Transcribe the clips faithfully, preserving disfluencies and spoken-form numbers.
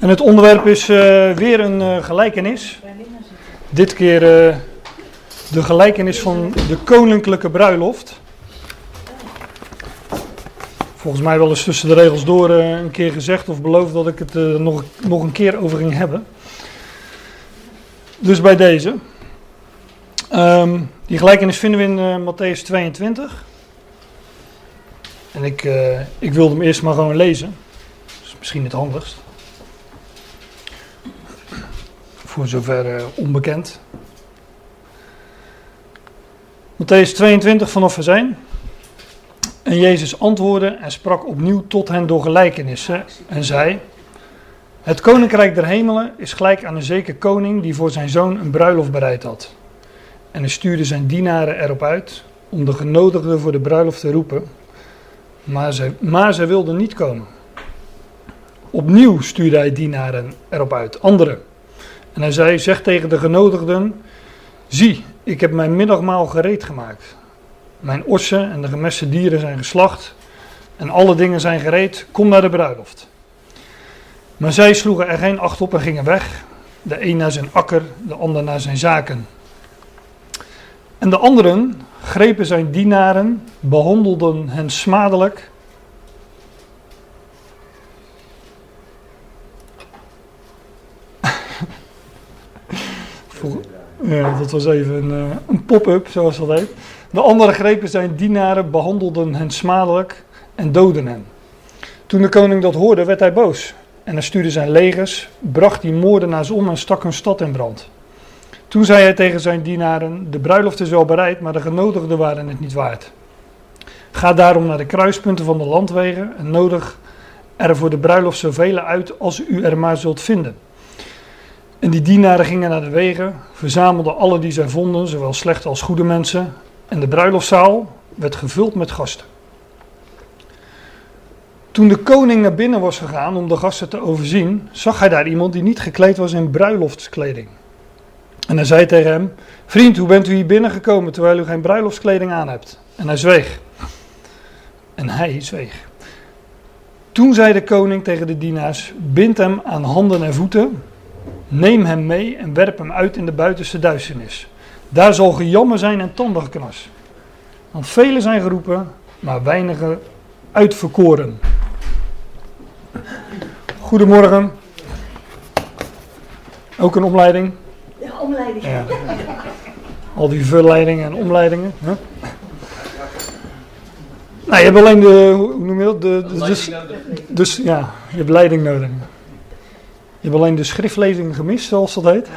En het onderwerp is uh, weer een uh, gelijkenis. Dit keer uh, de gelijkenis van de koninklijke bruiloft. Volgens mij wel eens tussen de regels door uh, een keer gezegd of beloofd dat ik het uh, nog, nog een keer over ging hebben. Dus bij deze. Um, die gelijkenis vinden we in uh, Mattheüs tweeëntwintig. En ik, uh, ik wilde hem eerst maar gewoon lezen. Dat is misschien het handigst. Voor zover uh, onbekend. Mattheüs tweeëntwintig vanaf vers één. En Jezus antwoordde en sprak opnieuw tot hen door gelijkenissen en zei: Het koninkrijk der hemelen is gelijk aan een zeker koning die voor zijn zoon een bruiloft bereid had. En hij stuurde zijn dienaren erop uit om de genodigden voor de bruiloft te roepen, maar zij, maar zij wilden niet komen. Opnieuw stuurde hij dienaren erop uit, anderen. En hij zei: Zeg tegen de genodigden: Zie, ik heb mijn middagmaal gereed gemaakt. Mijn ossen en de gemeste dieren zijn geslacht en alle dingen zijn gereed, kom naar de bruiloft. Maar zij sloegen er geen acht op en gingen weg, de een naar zijn akker, de ander naar zijn zaken. En de anderen grepen zijn dienaren, behandelden hen smadelijk Ja, dat was even een, een pop-up, zoals dat heet. De andere grepen zijn dienaren, behandelden hen smadelijk en doodden hen. Toen de koning dat hoorde, werd hij boos. En hij stuurde zijn legers, bracht die moordenaars om en stak hun stad in brand. Toen zei hij tegen zijn dienaren: De bruiloft is wel bereid, maar de genodigden waren het niet waard. Ga daarom naar de kruispunten van de landwegen en nodig er voor de bruiloft zoveel uit als u er maar zult vinden. En die dienaren gingen naar de wegen, verzamelden alle die zij vonden, zowel slechte als goede mensen. En de bruiloftszaal werd gevuld met gasten. Toen de koning naar binnen was gegaan om de gasten te overzien, zag hij daar iemand die niet gekleed was in bruiloftskleding. En hij zei tegen hem: Vriend, hoe bent u hier binnengekomen terwijl u geen bruiloftskleding aan hebt? En hij zweeg. En hij zweeg. Toen zei de koning tegen de dienaars: Bind hem aan handen en voeten. Neem hem mee en werp hem uit in de buitenste duisternis. Daar zal gejammer zijn en tandengeknars. Want velen zijn geroepen, maar weinigen uitverkoren. Goedemorgen. Ook een omleiding? Ja, omleiding. Ja. Al die verleidingen en omleidingen. Hè? Nou, je hebt alleen de, hoe noem je dat? De, de, dus, dus ja, je hebt leiding nodig. Je hebt alleen de schriftlezing gemist, zoals dat heet.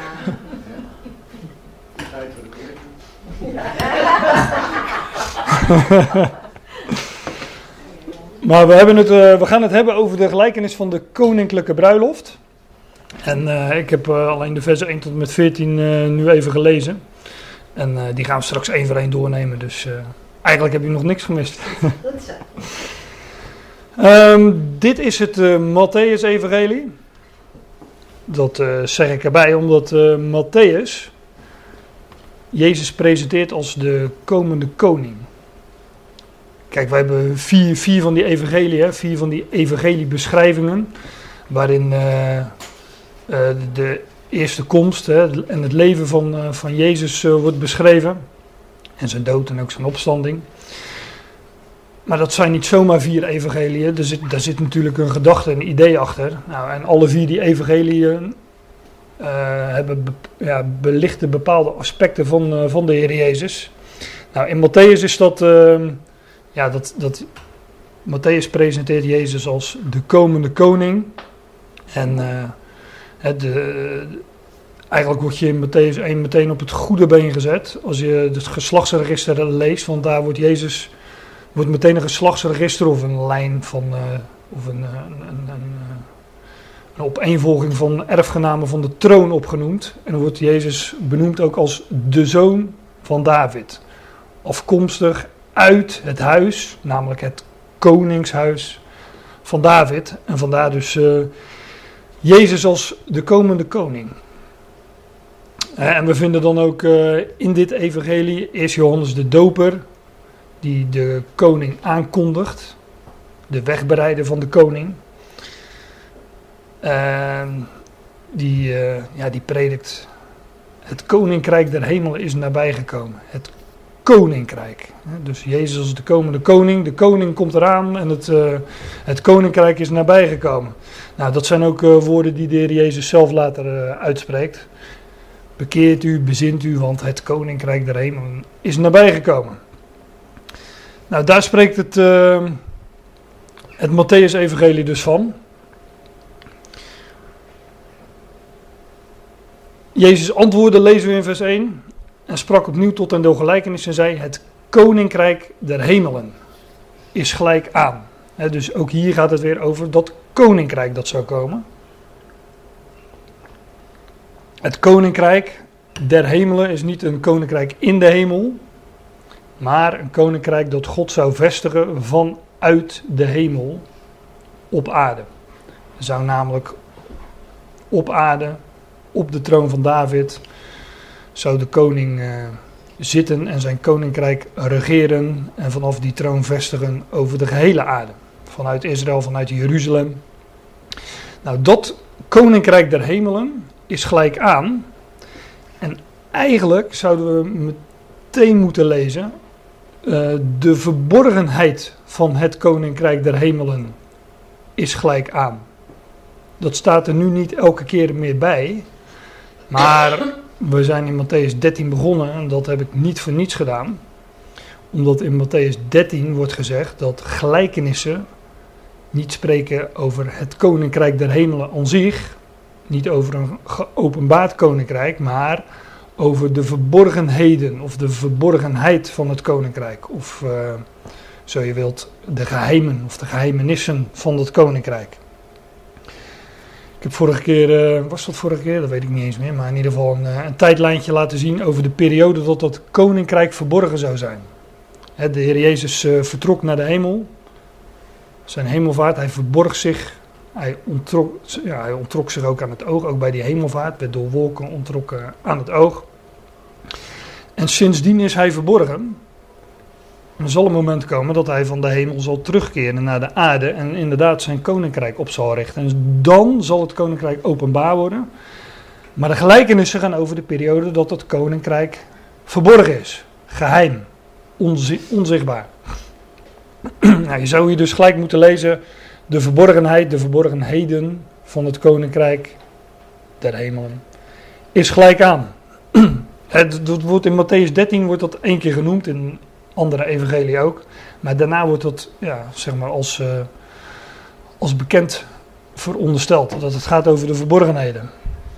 Maar we, hebben het, uh, we gaan het hebben over de gelijkenis van de koninklijke bruiloft. En uh, ik heb uh, alleen de versen één tot en met veertien uh, nu even gelezen. En uh, die gaan we straks één voor één doornemen. Dus uh, eigenlijk heb je nog niks gemist. Goed zo. um, dit is het uh, Mattheüs-evangelie. Dat uh, zeg ik erbij omdat uh, Matthäus Jezus presenteert als de komende koning. Kijk, wij hebben vier, vier van die evangelie, hè, vier van die evangeliebeschrijvingen, waarin uh, uh, de eerste komst hè, en het leven van, uh, van Jezus uh, wordt beschreven. En zijn dood en ook zijn opstanding. Maar dat zijn niet zomaar vier evangeliën, er zit, daar zit natuurlijk een gedachte, een idee achter. Nou, en alle vier die evangeliën uh, hebben be, ja, belichten bepaalde aspecten van, uh, van de Heer Jezus. Nou, in Matthäus is dat, uh, ja, dat, dat Matthäus presenteert Jezus als de komende koning. En uh, de, eigenlijk word je in Matthäus één meteen op het goede been gezet als je het geslachtsregister leest, want daar wordt Jezus... wordt meteen een geslachtsregister of een lijn van, uh, of een, een, een, een, een opeenvolging van erfgenamen van de troon opgenoemd. En dan wordt Jezus benoemd ook als de zoon van David. Afkomstig uit het huis, namelijk het koningshuis van David. En vandaar dus uh, Jezus als de komende koning. Uh, en we vinden dan ook uh, in dit evangelie eerst Johannes de Doper, die de koning aankondigt, de wegbereider van de koning. Uh, die, uh, ja, die predikt, het koninkrijk der hemelen is nabijgekomen. Het koninkrijk. Dus Jezus als de komende koning. De koning komt eraan en het, uh, het koninkrijk is nabijgekomen. Nou, dat zijn ook uh, woorden die de Heer Jezus zelf later uh, uitspreekt. Bekeert u, bezint u, want het koninkrijk der hemelen is nabijgekomen. Nou, daar spreekt het, uh, het Mattheüs-evangelie dus van. Jezus antwoordde, lezen we in vers één, en sprak opnieuw tot hen door gelijkenis en zei, het koninkrijk der hemelen is gelijk aan. He, dus ook hier gaat het weer over dat koninkrijk dat zou komen. Het koninkrijk der hemelen is niet een koninkrijk in de hemel, maar een koninkrijk dat God zou vestigen vanuit de hemel op aarde. Er zou namelijk op aarde, op de troon van David, zou de koning uh, zitten en zijn koninkrijk regeren en vanaf die troon vestigen over de gehele aarde. Vanuit Israël, vanuit Jeruzalem. Nou, dat koninkrijk der hemelen is gelijk aan. En eigenlijk zouden we meteen moeten lezen, uh, de verborgenheid van het koninkrijk der hemelen is gelijk aan. Dat staat er nu niet elke keer meer bij, maar we zijn in Mattheüs dertien begonnen en dat heb ik niet voor niets gedaan. Omdat in Mattheüs dertien wordt gezegd dat gelijkenissen niet spreken over het koninkrijk der hemelen aan zich, niet over een geopenbaard koninkrijk, maar over de verborgenheden of de verborgenheid van het koninkrijk. Of uh, zo je wilt, de geheimen of de geheimenissen van het koninkrijk. Ik heb vorige keer, uh, was dat vorige keer? Dat weet ik niet eens meer, maar in ieder geval een, uh, een tijdlijntje laten zien over de periode dat dat koninkrijk verborgen zou zijn. He, de Heer Jezus uh, vertrok naar de hemel. Zijn hemelvaart, hij verborg zich. Hij ontrok, ja, hij ontrok zich ook aan het oog, ook bij die hemelvaart, werd door wolken ontrokken aan het oog. En sindsdien is hij verborgen. Er zal een moment komen dat hij van de hemel zal terugkeren naar de aarde en inderdaad zijn koninkrijk op zal richten. En dan zal het koninkrijk openbaar worden. Maar de gelijkenissen gaan over de periode dat het koninkrijk verborgen is. Geheim. Onzi- onzichtbaar. Nou, je zou hier dus gelijk moeten lezen, de verborgenheid, de verborgenheden van het koninkrijk der hemelen is gelijk aan. Het, dat wordt in Mattheüs dertien wordt dat één keer genoemd, in andere evangelie ook. Maar daarna wordt dat ja, zeg maar als, uh, als bekend verondersteld, dat het gaat over de verborgenheden.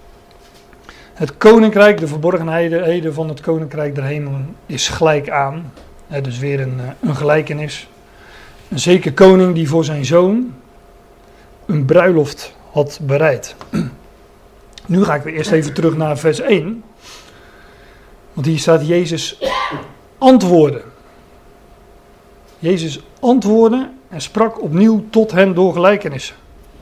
Het koninkrijk, de verborgenheden van het koninkrijk der hemelen is gelijk aan. He, dus weer een, een gelijkenis. Een zeker koning die voor zijn zoon een bruiloft had bereid. Nu ga ik weer eerst even terug naar vers één. Want hier staat Jezus antwoordde. Jezus antwoordde en sprak opnieuw tot hen door gelijkenissen.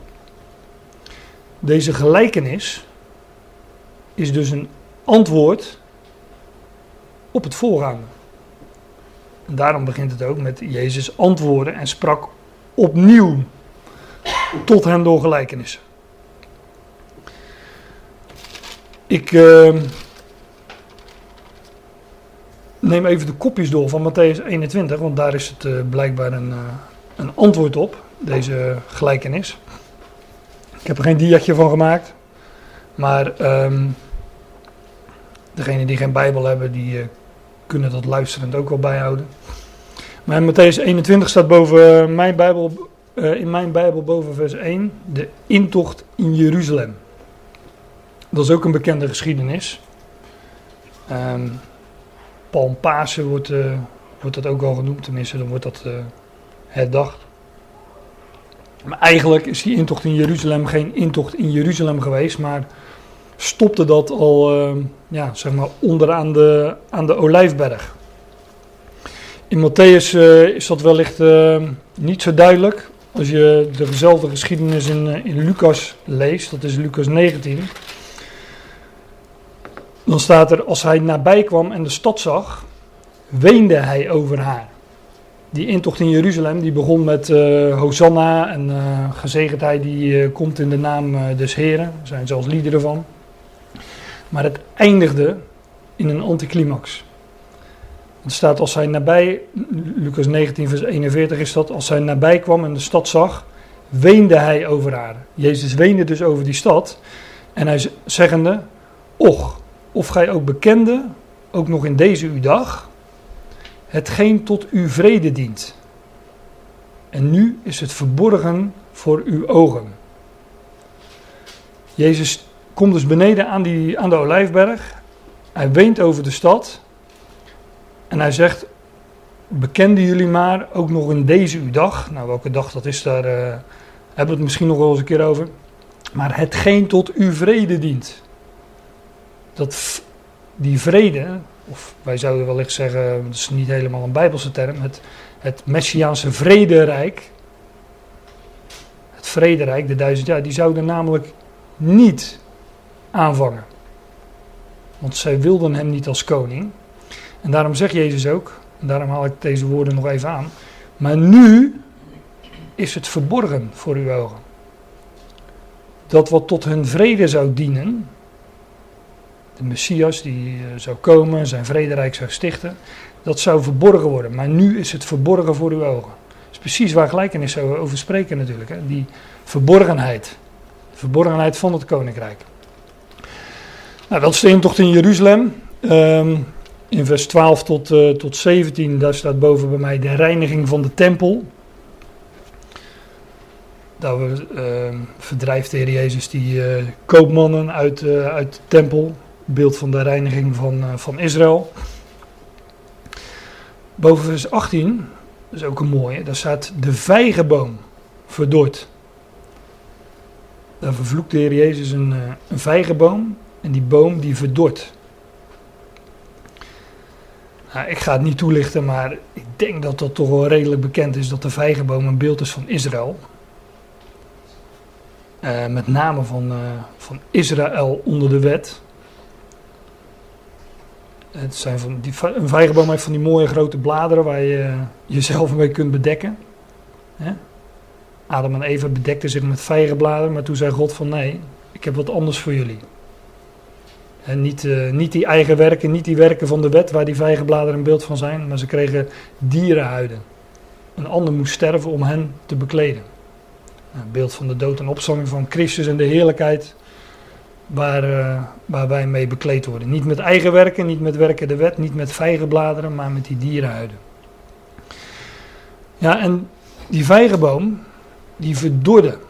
Deze gelijkenis is dus een antwoord op het voorgaande. En daarom begint het ook met Jezus antwoordde en sprak opnieuw tot hen door gelijkenissen. Ik uh, neem even de kopjes door van Mattheüs eenentwintig, want daar is het uh, blijkbaar een, uh, een antwoord op, deze gelijkenis. Ik heb er geen diaatje van gemaakt, maar um, degenen die geen Bijbel hebben, die uh, kunnen dat luisterend ook wel bijhouden. Maar in Mattheüs eenentwintig staat boven mijn Bijbel, uh, in mijn Bijbel boven vers één, de intocht in Jeruzalem. Dat is ook een bekende geschiedenis. Um, Palmpasen wordt, uh, wordt dat ook wel genoemd, tenminste dan wordt dat uh, herdacht. Maar eigenlijk is die intocht in Jeruzalem geen intocht in Jeruzalem geweest, maar stopte dat al uh, ja, zeg maar onderaan de, aan de Olijfberg. In Mattheüs uh, is dat wellicht uh, niet zo duidelijk. Als je dezelfde geschiedenis in, uh, in Lucas leest, dat is Lucas negentien... Dan staat er, als hij nabij kwam en de stad zag, weende hij over haar. Die intocht in Jeruzalem, die begon met uh, Hosanna en uh, gezegendheid die uh, komt in de naam uh, des Heren. Er zijn zelfs liederen van. Maar het eindigde in een anticlimax. Het staat als hij nabij, Lucas negentien vers eenenveertig is dat, als hij nabij kwam en de stad zag, weende hij over haar. Jezus weende dus over die stad en hij zeggende, och, of gij ook bekende, ook nog in deze uw dag, hetgeen tot uw vrede dient. En nu is het verborgen voor uw ogen. Jezus komt dus beneden aan, die, aan de Olijfberg. Hij weent over de stad. En hij zegt, bekenden jullie maar, ook nog in deze uw dag. Nou, welke dag dat is, daar uh, hebben we het misschien nog wel eens een keer over. Maar hetgeen tot uw vrede dient. Dat, die vrede, of wij zouden wellicht zeggen, dat is niet helemaal een Bijbelse term, het, het Messiaanse vrederijk. Het vrederijk, de duizend jaar, die zouden namelijk niet aanvangen. Want zij wilden hem niet als koning. En daarom zegt Jezus ook, en daarom haal ik deze woorden nog even aan, maar nu is het verborgen voor uw ogen. Dat wat tot hun vrede zou dienen, de Messias die uh, zou komen, zijn vrederijk zou stichten, dat zou verborgen worden. Maar nu is het verborgen voor uw ogen. Dat is precies waar gelijkenis zou over spreken natuurlijk. Hè? Die verborgenheid. De verborgenheid van het koninkrijk. Nou, dat is de intocht in Jeruzalem. Um, in vers twaalf tot, uh, tot zeventien, daar staat boven bij mij de reiniging van de tempel. Daar uh, verdrijft de Heer Jezus die uh, koopmannen uit, uh, uit de tempel. Beeld van de reiniging van, uh, van Israël. Boven vers achttien, dat is ook een mooie, daar staat de vijgenboom verdord. Daar vervloekt de Heer Jezus een, uh, een vijgenboom en die boom die verdort. Nou, ik ga het niet toelichten, maar ik denk dat dat toch wel redelijk bekend is dat de vijgenboom een beeld is van Israël. Uh, met name van, uh, van Israël onder de wet. Het zijn van die, een vijgenboom heeft van die mooie grote bladeren waar je uh, jezelf mee kunt bedekken. Hè? Adam en Eva bedekten zich met vijgenbladeren, maar toen zei God van nee, ik heb wat anders voor jullie. En niet, uh, niet die eigen werken, niet die werken van de wet waar die vijgenbladeren een beeld van zijn, maar ze kregen dierenhuiden. Een ander moest sterven om hen te bekleden. Een beeld van de dood en opstanding van Christus en de heerlijkheid waar, uh, waar wij mee bekleed worden. Niet met eigen werken, niet met werken de wet, niet met vijgenbladeren, maar met die dierenhuiden. Ja, en die vijgenboom, die verdorde.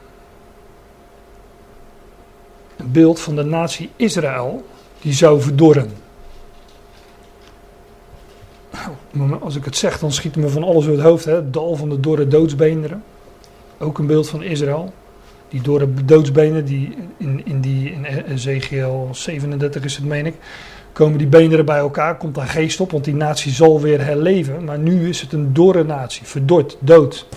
Een beeld van de natie Israël, die zou verdorren. Als ik het zeg, dan schiet me van alles door het hoofd. Hè? Het dal van de dorre doodsbeenderen. Ook een beeld van Israël. Die dorre doodsbenen, die in, in, die, in Ezekiel zevenendertig is het, meen ik, komen die beenderen bij elkaar, komt daar geest op, want die natie zal weer herleven. Maar nu is het een dorre natie, verdord, dood.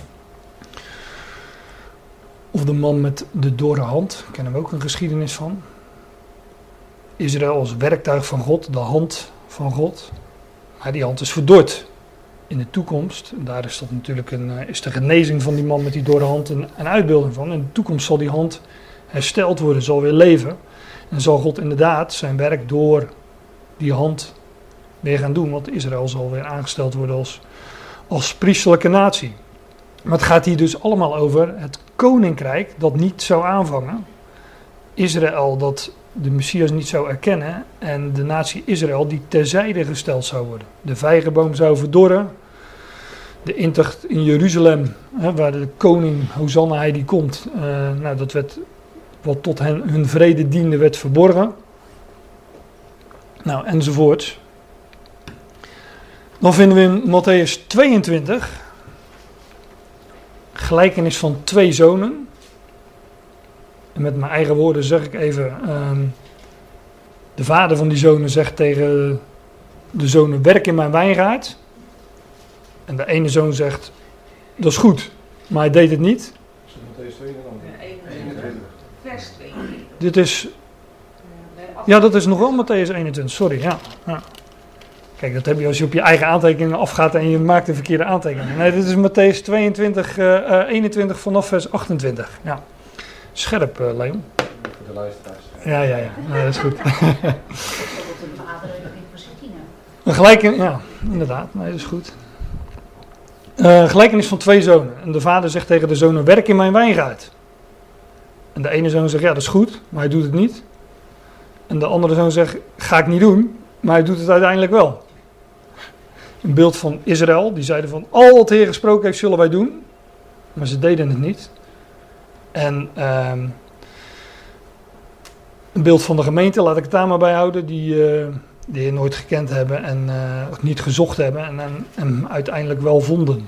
Of de man met de dorre hand, daar kennen we ook een geschiedenis van. Israël als werktuig van God, de hand van God. Maar die hand is verdord. In de toekomst, en daar is dat natuurlijk een, is de genezing van die man met die dorre hand een, een uitbeelding van. In de toekomst zal die hand hersteld worden, zal weer leven. En zal God inderdaad zijn werk door die hand weer gaan doen. Want Israël zal weer aangesteld worden als, als priesterlijke natie. Maar het gaat hier dus allemaal over het koninkrijk dat niet zou aanvangen. Israël dat de Messias niet zou erkennen. En de natie Israël die terzijde gesteld zou worden. De vijgenboom zou verdorren. De intocht in Jeruzalem, hè, waar de koning Hosanna hij die komt. Uh, nou, dat werd, wat tot hen, hun vrede diende, werd verborgen. Nou, enzovoorts. Dan vinden we in Mattheüs tweeëntwintig... gelijkenis van twee zonen. En met mijn eigen woorden zeg ik even. Um, de vader van die zonen zegt tegen de zonen: werk in mijn wijngaard. En de ene zoon zegt: dat is goed, maar hij deed het niet. Vers tweeëntwintig. Dit is. Ja, dat is nog wel Mattheüs eenentwintig, sorry. Ja, ja. Kijk, dat heb je als je op je eigen aantekeningen afgaat en je maakt de verkeerde aantekeningen. Nee, dit is Mattheüs tweeëntwintig, uh, uh, eenentwintig vanaf vers achtentwintig. Ja. Scherp, uh, Leon. Voor de luisteraars. Ja, ja, ja. Nee, dat is goed. Een Een gelijkenis, ja, inderdaad. Nee, dat is goed. Uh, gelijkenis van twee zonen. En de vader zegt tegen de zonen, werk in mijn wijngaard. En de ene zoon zegt, ja, dat is goed, maar hij doet het niet. En de andere zoon zegt, ga ik niet doen, maar hij doet het uiteindelijk wel. Een beeld van Israël, die zeiden van, al wat de Heer gesproken heeft, zullen wij doen. Maar ze deden het niet. En um, een beeld van de gemeente, laat ik het daar maar bij houden, die uh, de Heer nooit gekend hebben en uh, niet gezocht hebben en, en, en uiteindelijk wel vonden.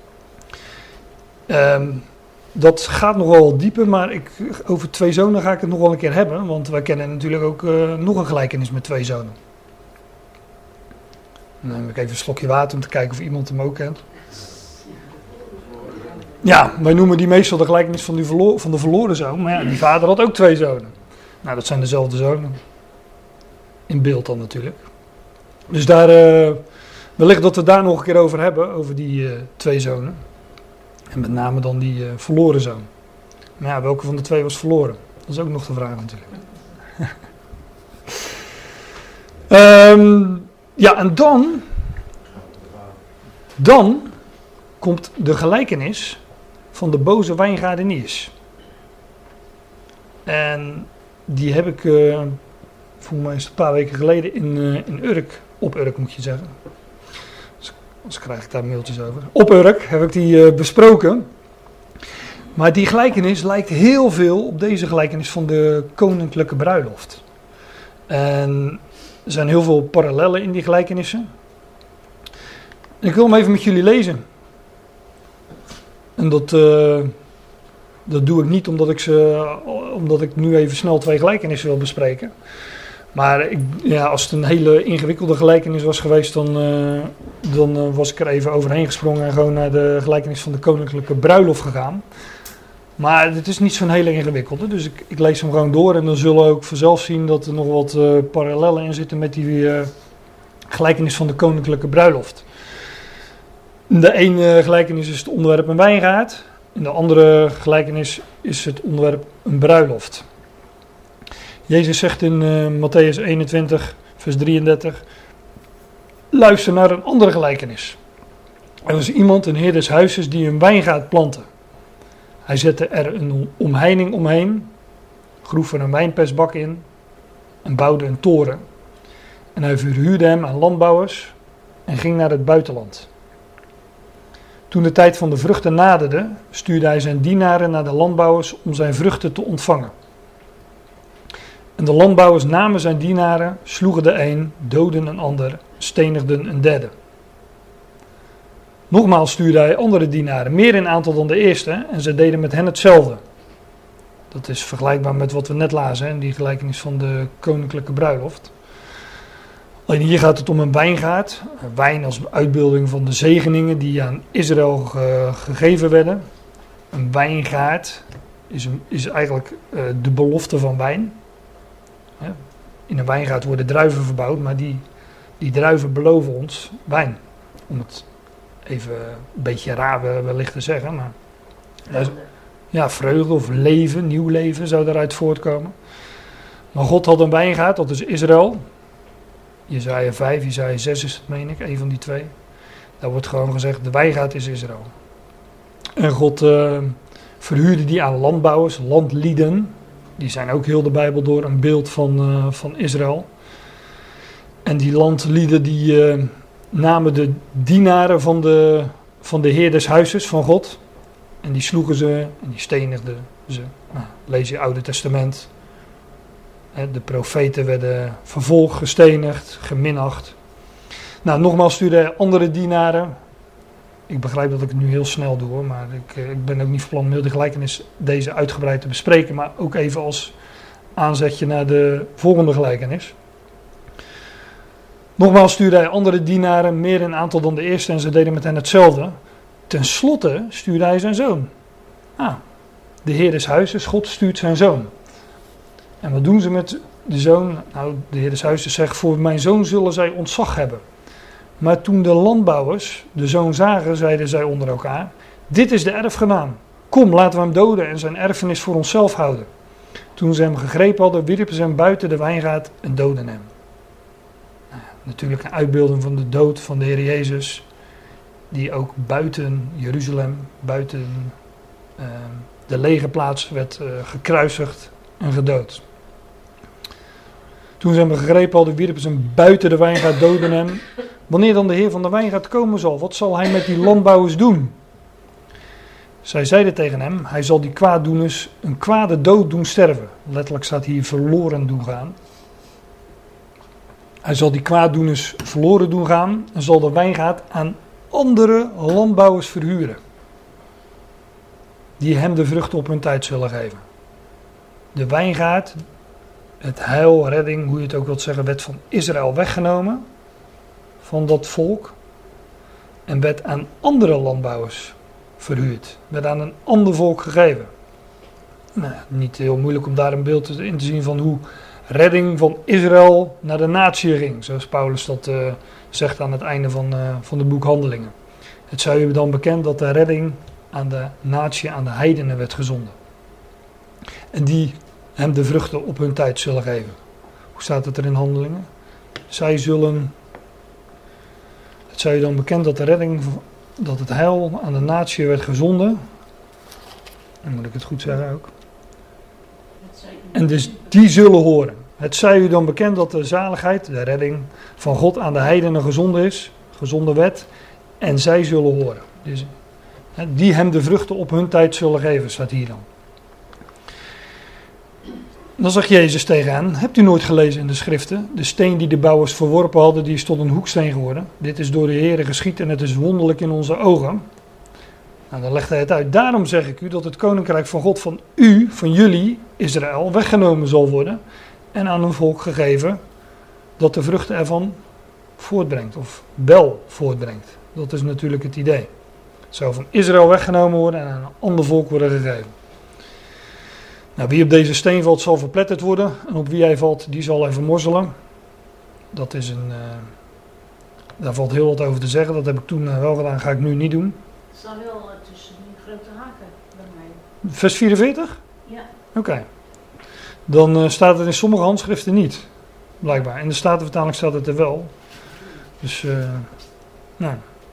Um, dat gaat nog wel dieper, maar ik, over twee zonen ga ik het nog wel een keer hebben, want wij kennen natuurlijk ook uh, nog een gelijkenis met twee zonen. Dan neem ik even een slokje water om te kijken of iemand hem ook kent. Ja, wij noemen die meestal de gelijkenis van, die verlo- van de verloren zoon, maar ja, die vader had ook twee zonen. Nou, dat zijn dezelfde zonen. In beeld dan natuurlijk. Dus daar, uh, wellicht dat we daar nog een keer over hebben, over die uh, twee zonen. En met name dan die uh, verloren zoon. Maar ja, welke van de twee was verloren? Dat is ook nog de vraag natuurlijk. um, ja, en dan... Dan komt de gelijkenis van de boze wijngaardeniers. En die heb ik, uh, volgens mij is het een paar weken geleden in, uh, in Urk, op Urk moet je zeggen. Dus, anders krijg ik daar mailtjes over. Op Urk heb ik die uh, besproken. Maar die gelijkenis lijkt heel veel op deze gelijkenis van de koninklijke bruiloft. En er zijn heel veel parallellen in die gelijkenissen. En ik wil hem even met jullie lezen. En dat, uh, dat doe ik niet omdat ik, ze, omdat ik nu even snel twee gelijkenissen wil bespreken. Maar ik, ja, als het een hele ingewikkelde gelijkenis was geweest, dan, uh, dan uh, was ik er even overheen gesprongen en gewoon naar de gelijkenis van de koninklijke bruiloft gegaan. Maar het is niet zo'n hele ingewikkelde, dus ik, ik lees hem gewoon door en dan zullen we ook vanzelf zien dat er nog wat uh, parallellen in zitten met die uh, gelijkenis van de koninklijke bruiloft. De ene gelijkenis is het onderwerp een wijngaard. En de andere gelijkenis is het onderwerp een bruiloft. Jezus zegt in uh, Mattheüs eenentwintig, vers drieëndertig. Luister naar een andere gelijkenis. Er was iemand, een heer des huizes, die een wijngaard plantte. Hij zette er een omheining omheen, groef er een wijnpersbak in en bouwde een toren. En hij verhuurde hem aan landbouwers en ging naar het buitenland. Toen de tijd van de vruchten naderde, stuurde hij zijn dienaren naar de landbouwers om zijn vruchten te ontvangen. En de landbouwers namen zijn dienaren, sloegen de een, doodden een ander, stenigden een derde. Nogmaals stuurde hij andere dienaren, meer in aantal dan de eerste, en ze deden met hen hetzelfde. Dat is vergelijkbaar met wat we net lazen, in die gelijkenis van de koninklijke bruiloft. Alleen hier gaat het om een wijngaard. Wijn als uitbeelding van de zegeningen die aan Israël ge- gegeven werden. Een wijngaard is, een, is eigenlijk uh, de belofte van wijn. Ja. In een wijngaard worden druiven verbouwd, maar die, die druiven beloven ons wijn. Om het even een beetje raar wellicht te zeggen. Maar, ja, ja, vreugde of leven, nieuw leven zou daaruit voortkomen. Maar God had een wijngaard, dat is Israël. Jesaja vijf, Jesaja zes is het, meen ik, een van die twee. Daar wordt gewoon gezegd, de wijngaard is Israël. En God uh, verhuurde die aan landbouwers, landlieden. Die zijn ook heel de Bijbel door een beeld van, uh, van Israël. En die landlieden die uh, namen de dienaren van de, van de Heer des huizes, van God. En die sloegen ze en die stenigden ze. Nou, lees je Oude Testament. De profeten werden vervolgd, gestenigd, geminacht. Nou, nogmaals stuurde hij andere dienaren. Ik begrijp dat ik het nu heel snel doe, hoor, maar ik, ik ben ook niet van plan om heel de gelijkenis deze uitgebreid te bespreken. Maar ook even als aanzetje naar de volgende gelijkenis. Nogmaals stuurde hij andere dienaren, meer in aantal dan de eerste, en ze deden met hen hetzelfde. Ten slotte stuurde hij zijn zoon. Ah, de Heer des huizes, God stuurt zijn zoon. En wat doen ze met de zoon? Nou, de Heer des huizes zegt, voor mijn zoon zullen zij ontzag hebben. Maar toen de landbouwers de zoon zagen, zeiden zij onder elkaar: dit is de erfgenaam. Kom, laten we hem doden en zijn erfenis voor onszelf houden. Toen ze hem gegrepen hadden, wierpen ze hem buiten de wijngaard en doodden hem. Nou, natuurlijk een uitbeelding van de dood van de Heer Jezus, die ook buiten Jeruzalem, buiten uh, de legerplaats werd uh, gekruisigd en gedood. Toen ze hem gegrepen hadden, wierpen ze hem buiten de wijngaard, doden hem. Wanneer dan de Heer van de wijngaard komen zal, wat zal hij met die landbouwers doen? Zij zeiden tegen hem, hij zal die kwaaddoeners een kwade dood doen sterven. Letterlijk staat hier verloren doen gaan. Hij zal die kwaaddoeners verloren doen gaan en zal de wijngaard aan andere landbouwers verhuren. Die hem de vruchten op hun tijd zullen geven. De wijngaard, het heil, redding, hoe je het ook wilt zeggen, werd van Israël weggenomen. Van dat volk. En werd aan andere landbouwers verhuurd. Werd aan een ander volk gegeven. Nou, niet heel moeilijk om daar een beeld in te zien van hoe redding van Israël naar de natie ging. Zoals Paulus dat uh, zegt aan het einde van, uh, van het boek Handelingen. Het zou je dan bekend dat de redding aan de natie, aan de heidenen werd gezonden. En die hem de vruchten op hun tijd zullen geven. Hoe staat het er in Handelingen? Zij zullen... Het zou je dan bekend dat de redding, dat het heil aan de natie werd gezonden. Dan moet ik het goed zeggen ook. En dus die zullen horen. Het zij u dan bekend dat de zaligheid, de redding van God aan de heidenen gezonden is. Gezonden werd. En zij zullen horen. Dus, die hem de vruchten op hun tijd zullen geven, staat hier dan. Dan zegt Jezus tegen hen, hebt u nooit gelezen in de schriften? De steen die de bouwers verworpen hadden, die is tot een hoeksteen geworden. Dit is door de Heere geschied en het is wonderlijk in onze ogen. Nou, dan legt hij het uit. Daarom zeg ik u dat het koninkrijk van God van u, van jullie, Israël, weggenomen zal worden. En aan een volk gegeven dat de vruchten ervan voortbrengt. Of wel voortbrengt. Dat is natuurlijk het idee. Het zou van Israël weggenomen worden en aan een ander volk worden gegeven. Nou, wie op deze steen valt zal verpletterd worden. En op wie hij valt, die zal hij vermorzelen. Dat is een... Uh, daar valt heel wat over te zeggen. Dat heb ik toen uh, wel gedaan, ga ik nu niet doen. Het staat wel uh, tussen die grote haken bij mij. Vers vierenveertig? Ja. Oké. Okay. Dan uh, staat het in sommige handschriften niet. Blijkbaar. In de Statenvertaling staat het er wel. Dus, uh, nou...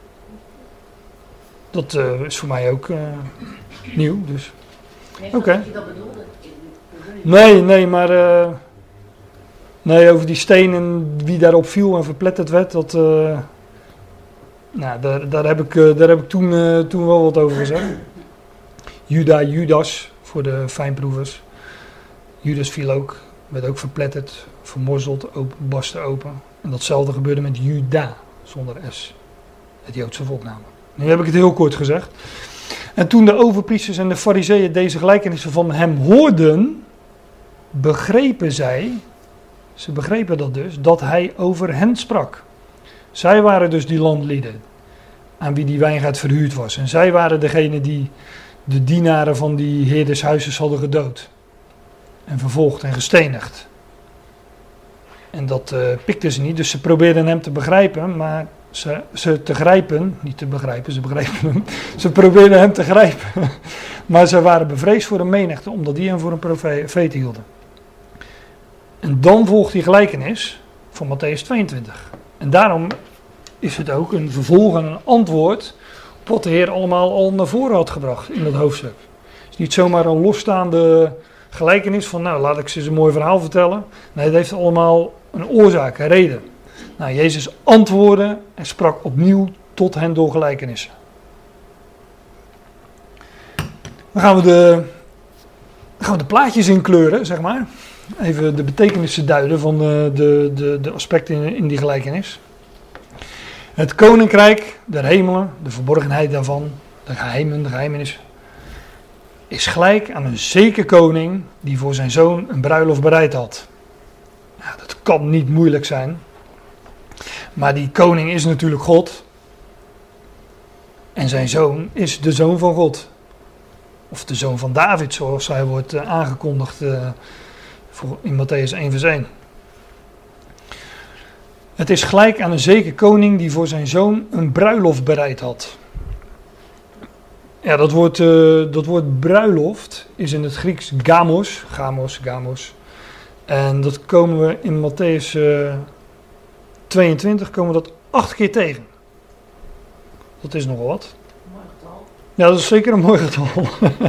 Dat uh, is voor mij ook uh, nieuw, dus... Oké. Okay. Nee, nee, maar... Uh, nee, over die steen en wie daarop viel en verpletterd werd, dat... Uh, nou, daar, daar, heb ik, uh, daar heb ik toen, uh, toen wel wat over gezegd. Juda, Judas, voor de fijnproevers. Judas viel ook, werd ook verpletterd, vermorzeld, open, barstte open. En datzelfde gebeurde met Juda, zonder S. Het Joodse volk namelijk. Nu heb ik het heel kort gezegd. En toen de overpriesters en de farizeeën deze gelijkenissen van hem hoorden, begrepen zij, ze begrepen dat dus, dat hij over hen sprak. Zij waren dus die landlieden aan wie die wijngaard verhuurd was. En zij waren degene die de dienaren van die heerdershuizes hadden gedood. En vervolgd en gestenigd. En dat uh, pikten ze niet, dus ze probeerden hem te begrijpen, maar... Ze, ze te grijpen, niet te begrijpen, ze begrepen hem. Ze probeerden hem te grijpen. Maar ze waren bevreesd voor de menigte, omdat die hem voor een profeet hielden. En dan volgt die gelijkenis van Matthäus tweeëntwintig. En daarom is het ook een vervolg en een antwoord op wat de Heer allemaal al naar voren had gebracht in dat hoofdstuk. Het is niet zomaar een losstaande gelijkenis van, nou laat ik ze eens een mooi verhaal vertellen. Nee, het heeft allemaal een oorzaak, een reden. Nou, Jezus antwoordde en sprak opnieuw tot hen door gelijkenissen. Dan gaan we de, dan gaan we de plaatjes inkleuren, zeg maar. Even de betekenissen duiden van de, de, de, de aspecten in, in die gelijkenis. Het koninkrijk der hemelen, de verborgenheid daarvan, de geheimen, de geheimenis, is gelijk aan een zeker koning die voor zijn zoon een bruiloft bereid had. Ja, dat kan niet moeilijk zijn. Maar die koning is natuurlijk God. En zijn zoon is de zoon van God. Of de zoon van David, zoals hij wordt uh, aangekondigd uh, voor, in Matthäus één vers één. Het is gelijk aan een zeker koning die voor zijn zoon een bruiloft bereid had. Ja, dat woord, uh, dat woord bruiloft is in het Grieks gamos, gamos, gamos. En dat komen we in Matthäus uh, tweeëntwintig komen we dat acht keer tegen. Dat is nogal wat. Mooi getal. Ja, dat is zeker een mooi getal.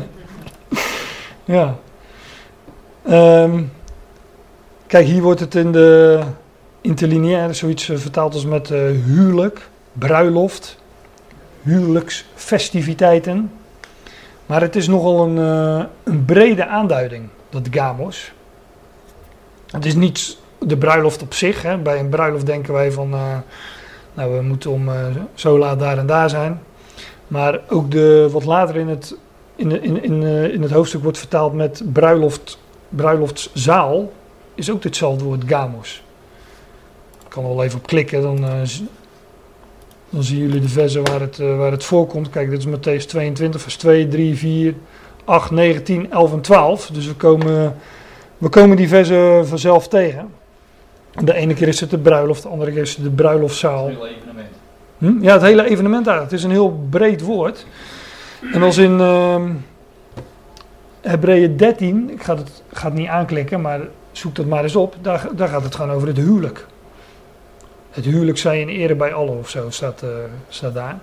Ja. Um, kijk, hier wordt het in de interlineaire zoiets uh, vertaald als met uh, huwelijk, bruiloft, huwelijksfestiviteiten. Maar het is nogal een, uh, een brede aanduiding, dat gamos. Het is niet de bruiloft op zich. Hè. Bij een bruiloft denken wij van, uh, nou we moeten om uh, zo laat daar en daar zijn. Maar ook de, wat later in het, in, de, in, in, uh, in het hoofdstuk wordt vertaald met bruiloft, bruiloftszaal, is ook hetzelfde woord gamos. Ik kan er wel even op klikken, dan, uh, dan zien jullie de versen waar het, uh, waar het voorkomt. Kijk, dit is Matthäus tweeëntwintig, vers twee, drie, vier, acht, negen, tien, elf en twaalf. Dus we komen, we komen die versen vanzelf tegen. De ene keer is het de bruiloft, de andere keer is het de bruiloftzaal. Het hele evenement. Hm? Ja, het hele evenement eigenlijk. Het is een heel breed woord. En als in uh, Hebreeën dertien, ik ga het, ga het niet aanklikken, maar zoek dat maar eens op. Daar, daar gaat het gewoon over het huwelijk. Het huwelijk zij in ere bij allen of zo, staat, uh, staat daar.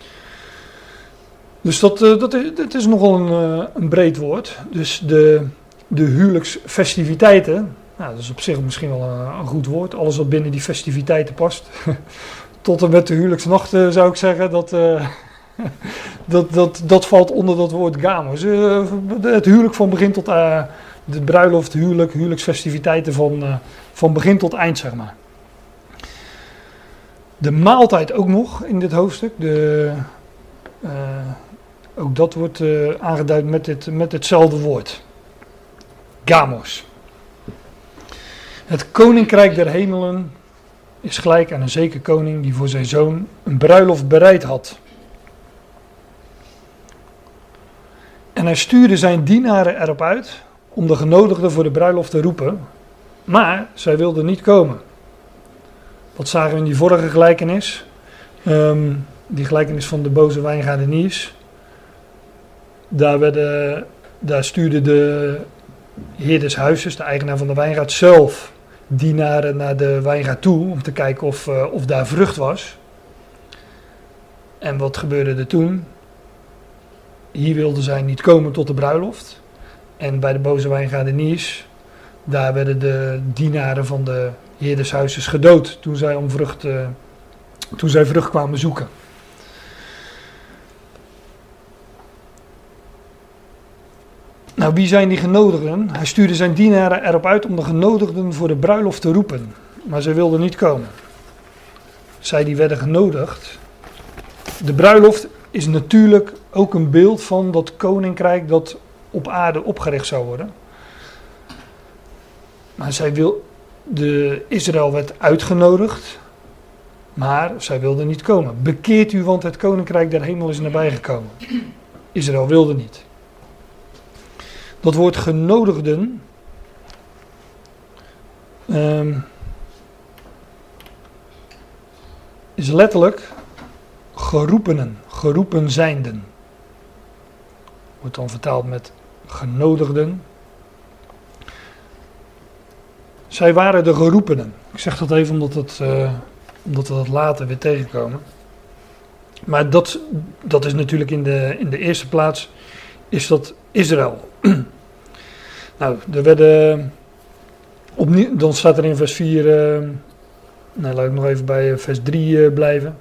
Dus dat, uh, dat, is, dat is nogal een, uh, een breed woord. Dus de, de huwelijksfestiviteiten, nou, dat is op zich misschien wel een, een goed woord. Alles wat binnen die festiviteiten past. Tot en met de huwelijksnacht uh, zou ik zeggen, dat, uh, dat, dat, dat valt onder dat woord gamos. Uh, het huwelijk van begin tot uh, de bruiloft, huwelijk, huwelijksfestiviteiten van, uh, van begin tot eind, zeg maar. De maaltijd ook nog in dit hoofdstuk. De, uh, ook dat wordt uh, aangeduid met, dit, met hetzelfde woord. Gamos. Het koninkrijk der hemelen is gelijk aan een zeker koning die voor zijn zoon een bruiloft bereid had. En hij stuurde zijn dienaren erop uit om de genodigden voor de bruiloft te roepen, maar zij wilden niet komen. Wat zagen we in die vorige gelijkenis? Um, die gelijkenis van de boze wijngaardeniers. Daar, werden, daar stuurde de heer des huizes, de eigenaar van de wijngaard, zelf dienaren naar de wijngaard toe om te kijken of, uh, of daar vrucht was. En wat gebeurde er toen? Hier wilden zij niet komen tot de bruiloft. En bij de boze wijngaardeniers, daar werden de dienaren van de heer des huizes gedood toen zij, om vrucht, uh, toen zij vrucht kwamen zoeken. Nou, wie zijn die genodigden? Hij stuurde zijn dienaren erop uit om de genodigden voor de bruiloft te roepen. Maar zij wilden niet komen. Zij die werden genodigd. De bruiloft is natuurlijk ook een beeld van dat koninkrijk dat op aarde opgericht zou worden. Maar zij wil, de Israël werd uitgenodigd, maar zij wilden niet komen. Bekeert u, want het koninkrijk der hemel is nabijgekomen. Israël wilde niet. Dat woord genodigden um, is letterlijk geroepenen, geroepen zijnden. Wordt dan vertaald met genodigden. Zij waren de geroepenen. Ik zeg dat even omdat, het, uh, omdat we dat later weer tegenkomen. Maar dat, dat is natuurlijk in de, in de eerste plaats is dat Israël. Nou, er werden opnieuw, dan staat er in vers vier, uh, nou laat ik nog even bij vers drie uh, blijven.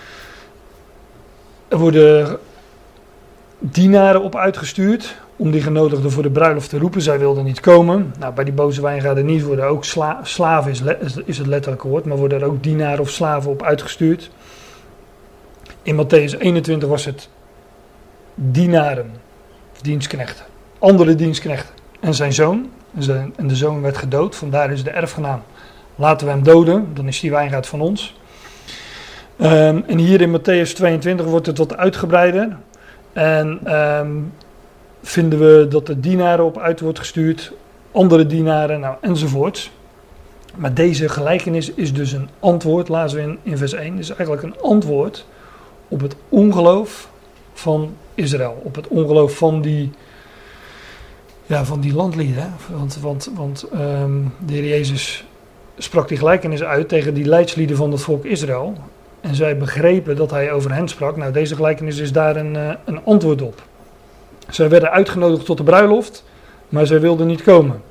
Er worden dienaren op uitgestuurd om die genodigden voor de bruiloft te roepen. Zij wilden niet komen. Nou, bij die boze wijngaardeniers worden ook sla, slaven, is, le, is het letterlijke woord, maar worden er ook dienaren of slaven op uitgestuurd. In Matthäus eenentwintig was het dienaren, of dienstknechten, andere dienstknechten. En zijn zoon, en de zoon werd gedood, vandaar is de erfgenaam. Laten we hem doden, dan is die wijngaard van ons. Um, en hier in Matthäus tweeëntwintig wordt het wat uitgebreider. En um, vinden we dat er dienaren op uit wordt gestuurd, andere dienaren, nou, enzovoorts. Maar deze gelijkenis is dus een antwoord, lazen we in, in vers één, is eigenlijk een antwoord op het ongeloof van Israël. Op het ongeloof van die, ja, van die landlieden. Hè? Want, want, want um, de Heer Jezus sprak die gelijkenis uit tegen die leidslieden van het volk Israël. En zij begrepen dat hij over hen sprak. Nou, deze gelijkenis is daar een, uh, een antwoord op. Zij werden uitgenodigd tot de bruiloft, maar zij wilden niet komen.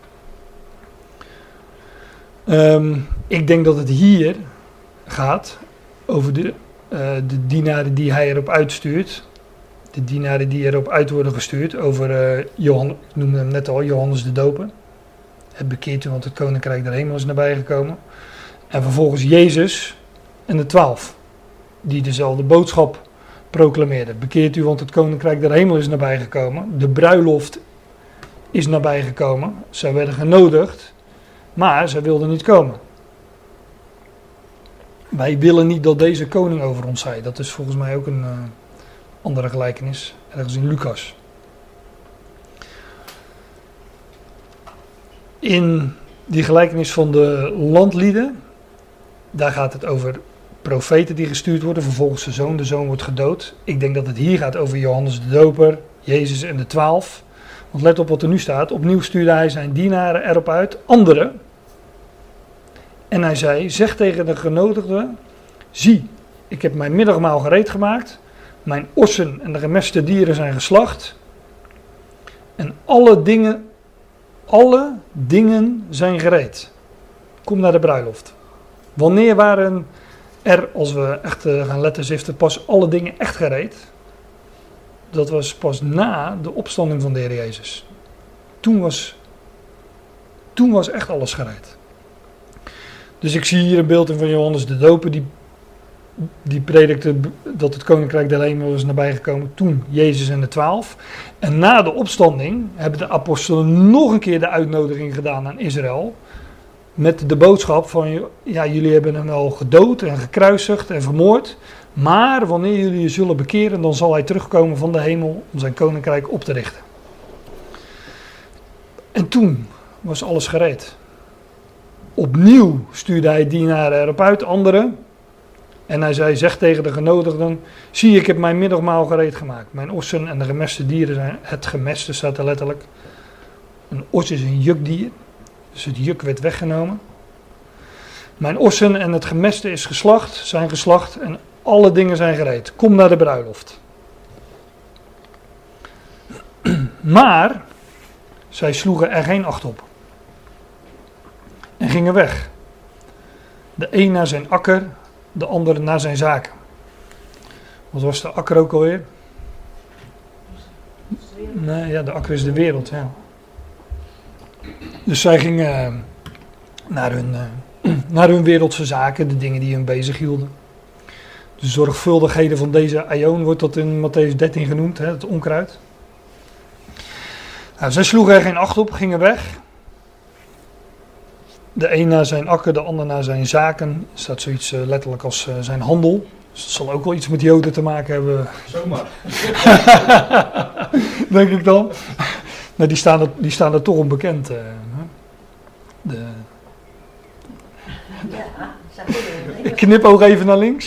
Um, ik denk dat het hier gaat over de, uh, de dienaren die hij erop uitstuurt. De dienaren die erop uit worden gestuurd. Over uh, Johan, ik noemde hem net al, Johannes de Doper. Het bekeert u, want het koninkrijk der hemel is nabijgekomen. En vervolgens Jezus en de twaalf. Die dezelfde boodschap proclameerden. Bekeert u, want het koninkrijk der hemel is nabijgekomen. De bruiloft is nabijgekomen. Zij werden genodigd. Maar zij wilden niet komen. Wij willen niet dat deze koning over ons zij. Dat is volgens mij ook een uh, andere gelijkenis. Ergens in Lucas. In die gelijkenis van de landlieden. Daar gaat het over profeten die gestuurd worden. Vervolgens de zoon. De zoon wordt gedood. Ik denk dat het hier gaat over Johannes de Doper. Jezus en de twaalf. Want let op wat er nu staat. Opnieuw stuurde hij zijn dienaren erop uit. Anderen. En hij zei, zeg tegen de genodigden. Zie, ik heb mijn middagmaal gereed gemaakt. Mijn ossen en de gemeste dieren zijn geslacht. En alle dingen, alle dingen zijn gereed. Kom naar de bruiloft. Wanneer waren er, als we echt uh, gaan letten ziften, pas alle dingen echt gereed? Dat was pas na de opstanding van de Heer Jezus. Toen was, toen was echt alles gereed. Dus ik zie hier een beeld in van Johannes de Doper, die, die predikte dat het koninkrijk der hemel is nabijgekomen. Toen Jezus en de twaalf. En na de opstanding hebben de apostelen nog een keer de uitnodiging gedaan aan Israël. Met de boodschap van, ja, jullie hebben hem al gedood en gekruisigd en vermoord. Maar wanneer jullie je zullen bekeren, dan zal hij terugkomen van de hemel om zijn koninkrijk op te richten. En toen was alles gereed. Opnieuw stuurde hij dienaren erop uit, anderen. En hij zei, zeg tegen de genodigden, zie, ik heb mijn middagmaal gereed gemaakt. Mijn ossen en de gemeste dieren zijn, het gemeste staat er letterlijk. Een os is een jukdier, dus het juk werd weggenomen. Mijn ossen en het gemeste is geslacht, zijn geslacht en alle dingen zijn gereed. Kom naar de bruiloft. Maar zij sloegen er geen acht op. En gingen weg. De een naar zijn akker, de andere naar zijn zaken. Wat was de akker ook alweer? Nee, ja, de akker is de wereld, ja. Dus zij gingen naar hun, naar hun wereldse zaken, de dingen die hun bezig hielden. De zorgvuldigheden van deze aion wordt dat in Mattheüs dertien genoemd, hè, het onkruid. Nou, zij sloegen er geen acht op, gingen weg. De een naar zijn akker, de ander naar zijn zaken. Er staat zoiets uh, letterlijk als uh, zijn handel. Dus dat zal ook wel iets met Joden te maken hebben. Zomaar. Denk ik dan. Nou, die staan er, die staan er toch onbekend. Uh, de... Ik knip ook even naar links.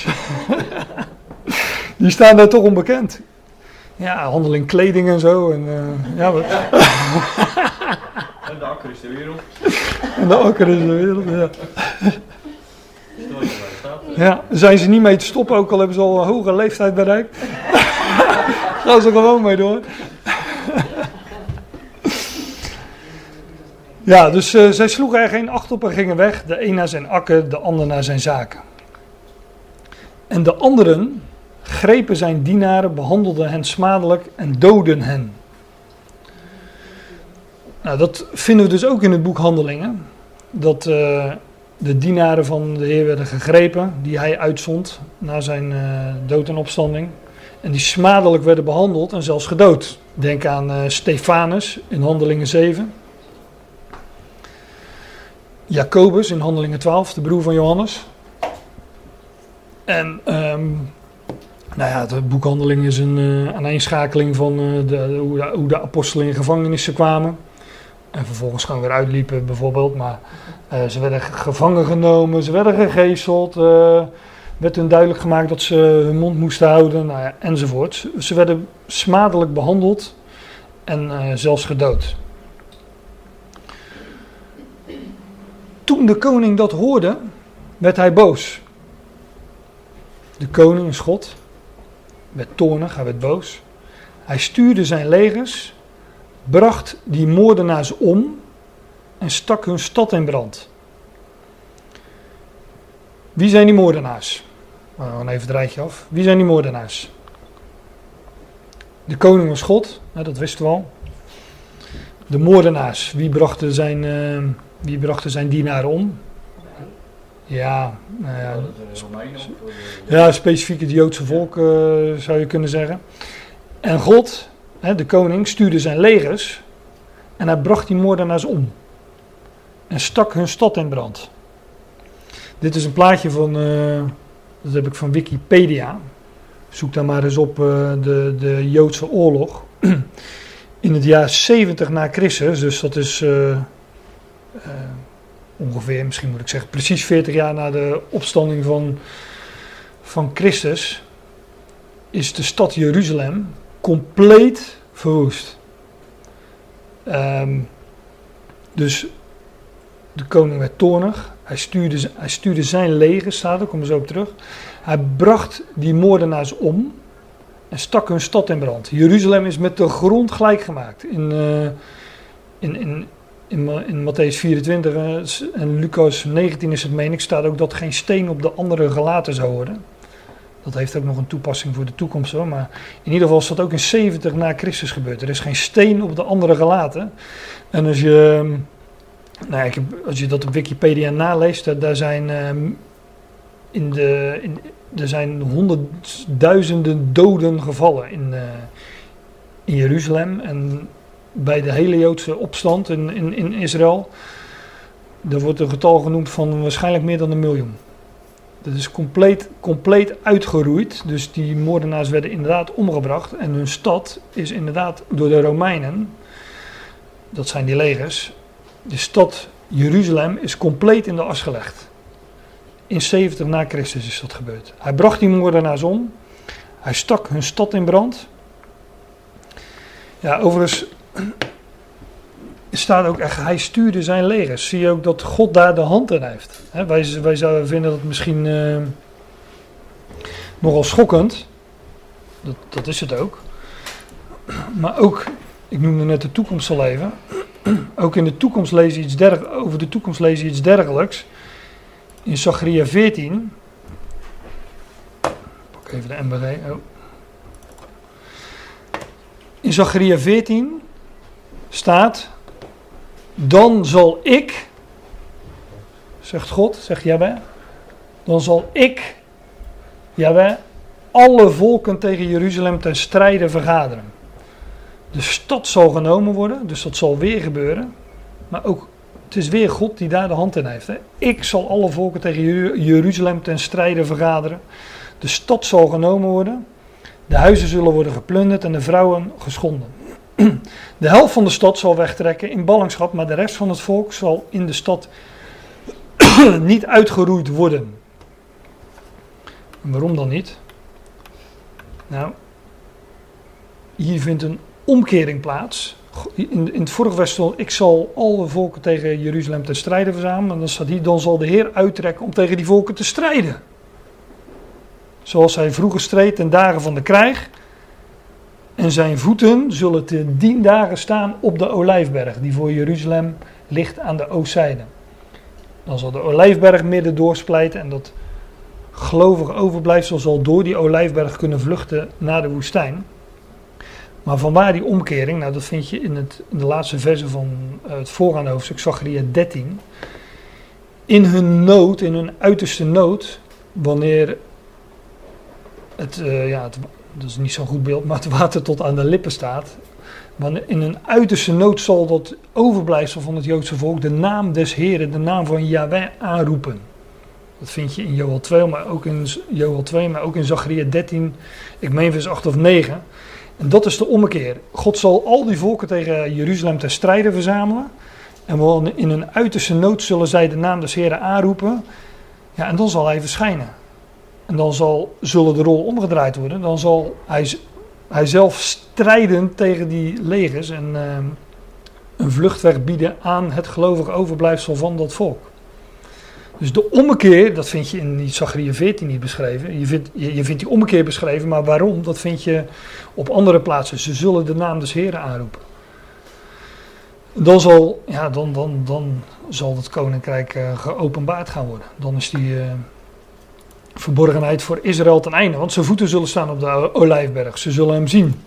Die staan daar toch onbekend. Ja, handel in kleding en zo. En, uh, ja, wat... En de akker is de wereld. En de akker is de wereld, ja. Stel je waar je staat. Ja, zijn ze niet mee te stoppen, ook al hebben ze al een hoge leeftijd bereikt. Gaan ze gewoon mee door. Ja, dus uh, zij sloegen er geen acht op en gingen weg. De een naar zijn akker, de ander naar zijn zaken. En de anderen grepen zijn dienaren, behandelden hen smadelijk en doodden hen. Nou, dat vinden we dus ook in het boek Handelingen. Dat uh, de dienaren van de Heer werden gegrepen, die hij uitzond na zijn uh, dood en opstanding. En die smadelijk werden behandeld en zelfs gedood. Denk aan uh, Stefanus in Handelingen zeven. Jacobus in Handelingen twaalf, de broer van Johannes. En um, nou ja, het boek Handelingen is een uh, aaneenschakeling van uh, de, hoe, de, hoe de apostelen in gevangenissen kwamen. En vervolgens gewoon weer uitliepen bijvoorbeeld. Maar uh, ze werden gevangen genomen, ze werden gegezeld. Uh, werd hun duidelijk gemaakt dat ze hun mond moesten houden, nou ja, enzovoort. Ze werden smadelijk behandeld en uh, zelfs gedood. Toen de koning dat hoorde, werd hij boos. De koning, een schot, werd toornig, hij werd boos. Hij stuurde zijn legers, bracht die moordenaars om en stak hun stad in brand. Wie zijn die moordenaars? Nou, we gaan even het rijtje af. Wie zijn die moordenaars? De koning was God, nou, dat wisten we al. De moordenaars, wie brachten zijn, uh, wie brachten zijn dienaren om? Ja, nou ja, ja, specifiek het Joodse volk uh, zou je kunnen zeggen. En God, hè, de koning, stuurde zijn legers en hij bracht die moordenaars om. En stak hun stad in brand. Dit is een plaatje van, uh, dat heb ik van Wikipedia. Zoek daar maar eens op uh, de, de Joodse oorlog. In het jaar zeventig na Christus, dus dat is uh, uh, ongeveer, misschien moet ik zeggen, precies veertig jaar na de opstanding van, van Christus, is de stad Jeruzalem compleet verwoest. Um, dus de koning werd toornig. Hij stuurde, hij stuurde zijn leger, staat er, komen we zo op terug. Hij bracht die moordenaars om en stak hun stad in brand. Jeruzalem is met de grond gelijk gemaakt. In, uh, in, in, in, in Matthäus vierentwintig en Lucas negentien is het meen ik, staat ook dat geen steen op de andere gelaten zou worden. Dat heeft ook nog een toepassing voor de toekomst hoor. Maar in ieder geval is dat ook in zeventig na Christus gebeurd. Er is geen steen op de andere gelaten. En als je, nou ja, ik heb, als je dat op Wikipedia naleest, daar, daar zijn um, in de, in, er zijn honderdduizenden doden gevallen in, uh, in Jeruzalem en bij de hele Joodse opstand in, in, in Israël. Er wordt een getal genoemd van waarschijnlijk meer dan een miljoen. Dat is compleet, compleet uitgeroeid. Dus die moordenaars werden inderdaad omgebracht. En hun stad is inderdaad door de Romeinen, dat zijn die legers, de stad Jeruzalem is compleet in de as gelegd. In zeventig na Christus is dat gebeurd. Hij bracht die moordenaars om. Hij stak hun stad in brand. Ja, overigens staat ook echt, hij stuurde zijn legers. Zie je ook dat God daar de hand in heeft. He, wij, wij zouden vinden dat misschien uh, nogal schokkend. Dat, dat is het ook. Maar ook, ik noemde net de toekomst al even. Ook in de toekomst lees je iets derg- over de toekomst lees je iets dergelijks. In Zacharia veertien. Pak even de M B G. Oh. In Zacharia veertien staat: dan zal ik, zegt God, zegt Jahweh, dan zal ik, Jahweh, alle volken tegen Jeruzalem ten strijde vergaderen. De stad zal genomen worden, dus dat zal weer gebeuren. Maar ook, het is weer God die daar de hand in heeft. Hè. Ik zal alle volken tegen Jeruzalem ten strijde vergaderen. De stad zal genomen worden. De huizen zullen worden geplunderd en de vrouwen geschonden. De helft van de stad zal wegtrekken in ballingschap, maar de rest van het volk zal in de stad niet uitgeroeid worden. En waarom dan niet? Nou, hier vindt een omkering plaats. In, in het vorige vers stond: ik zal alle volken tegen Jeruzalem ten strijde verzamelen. En dan staat hier: dan zal de Heer uittrekken om tegen die volken te strijden. Zoals hij vroeger streed ten dagen van de krijg. En zijn voeten zullen te dien dagen staan op de Olijfberg, die voor Jeruzalem ligt aan de oostzijde. Dan zal de Olijfberg midden doorsplijten en dat gelovige overblijfsel zal door die Olijfberg kunnen vluchten naar de woestijn. Maar vanwaar die omkering? Nou, dat vind je in, het, in de laatste verse van uh, het voorgaande hoofdstuk, Zacharia dertien. In hun nood, in hun uiterste nood, wanneer het, uh, ja, het, dat is niet zo'n goed beeld, maar het water tot aan de lippen staat. Wanneer in hun uiterste nood zal dat overblijfsel van het Joodse volk de naam des Heren, de naam van Jahweh aanroepen. Dat vind je in Joël twee, maar ook in Joël twee, maar ook in Zacharia dertien, ik meen vers acht of negen. En dat is de ommekeer. God zal al die volken tegen Jeruzalem ter strijde verzamelen. En wel in een uiterste nood zullen zij de naam des Heren aanroepen. Ja, en dan zal hij verschijnen. En dan zal, zullen de rol omgedraaid worden. Dan zal hij, hij zelf strijden tegen die legers en uh, een vluchtweg bieden aan het gelovige overblijfsel van dat volk. Dus de ommekeer, dat vind je in die Zacharia veertien niet beschreven. Je vindt, je, je vindt die ommekeer beschreven, maar waarom? Dat vind je op andere plaatsen. Ze zullen de naam des Heren aanroepen. Dan zal, ja, dan, dan, dan zal het koninkrijk uh, geopenbaard gaan worden. Dan is die uh, verborgenheid voor Israël ten einde. Want zijn voeten zullen staan op de Olijfberg. Ze zullen hem zien.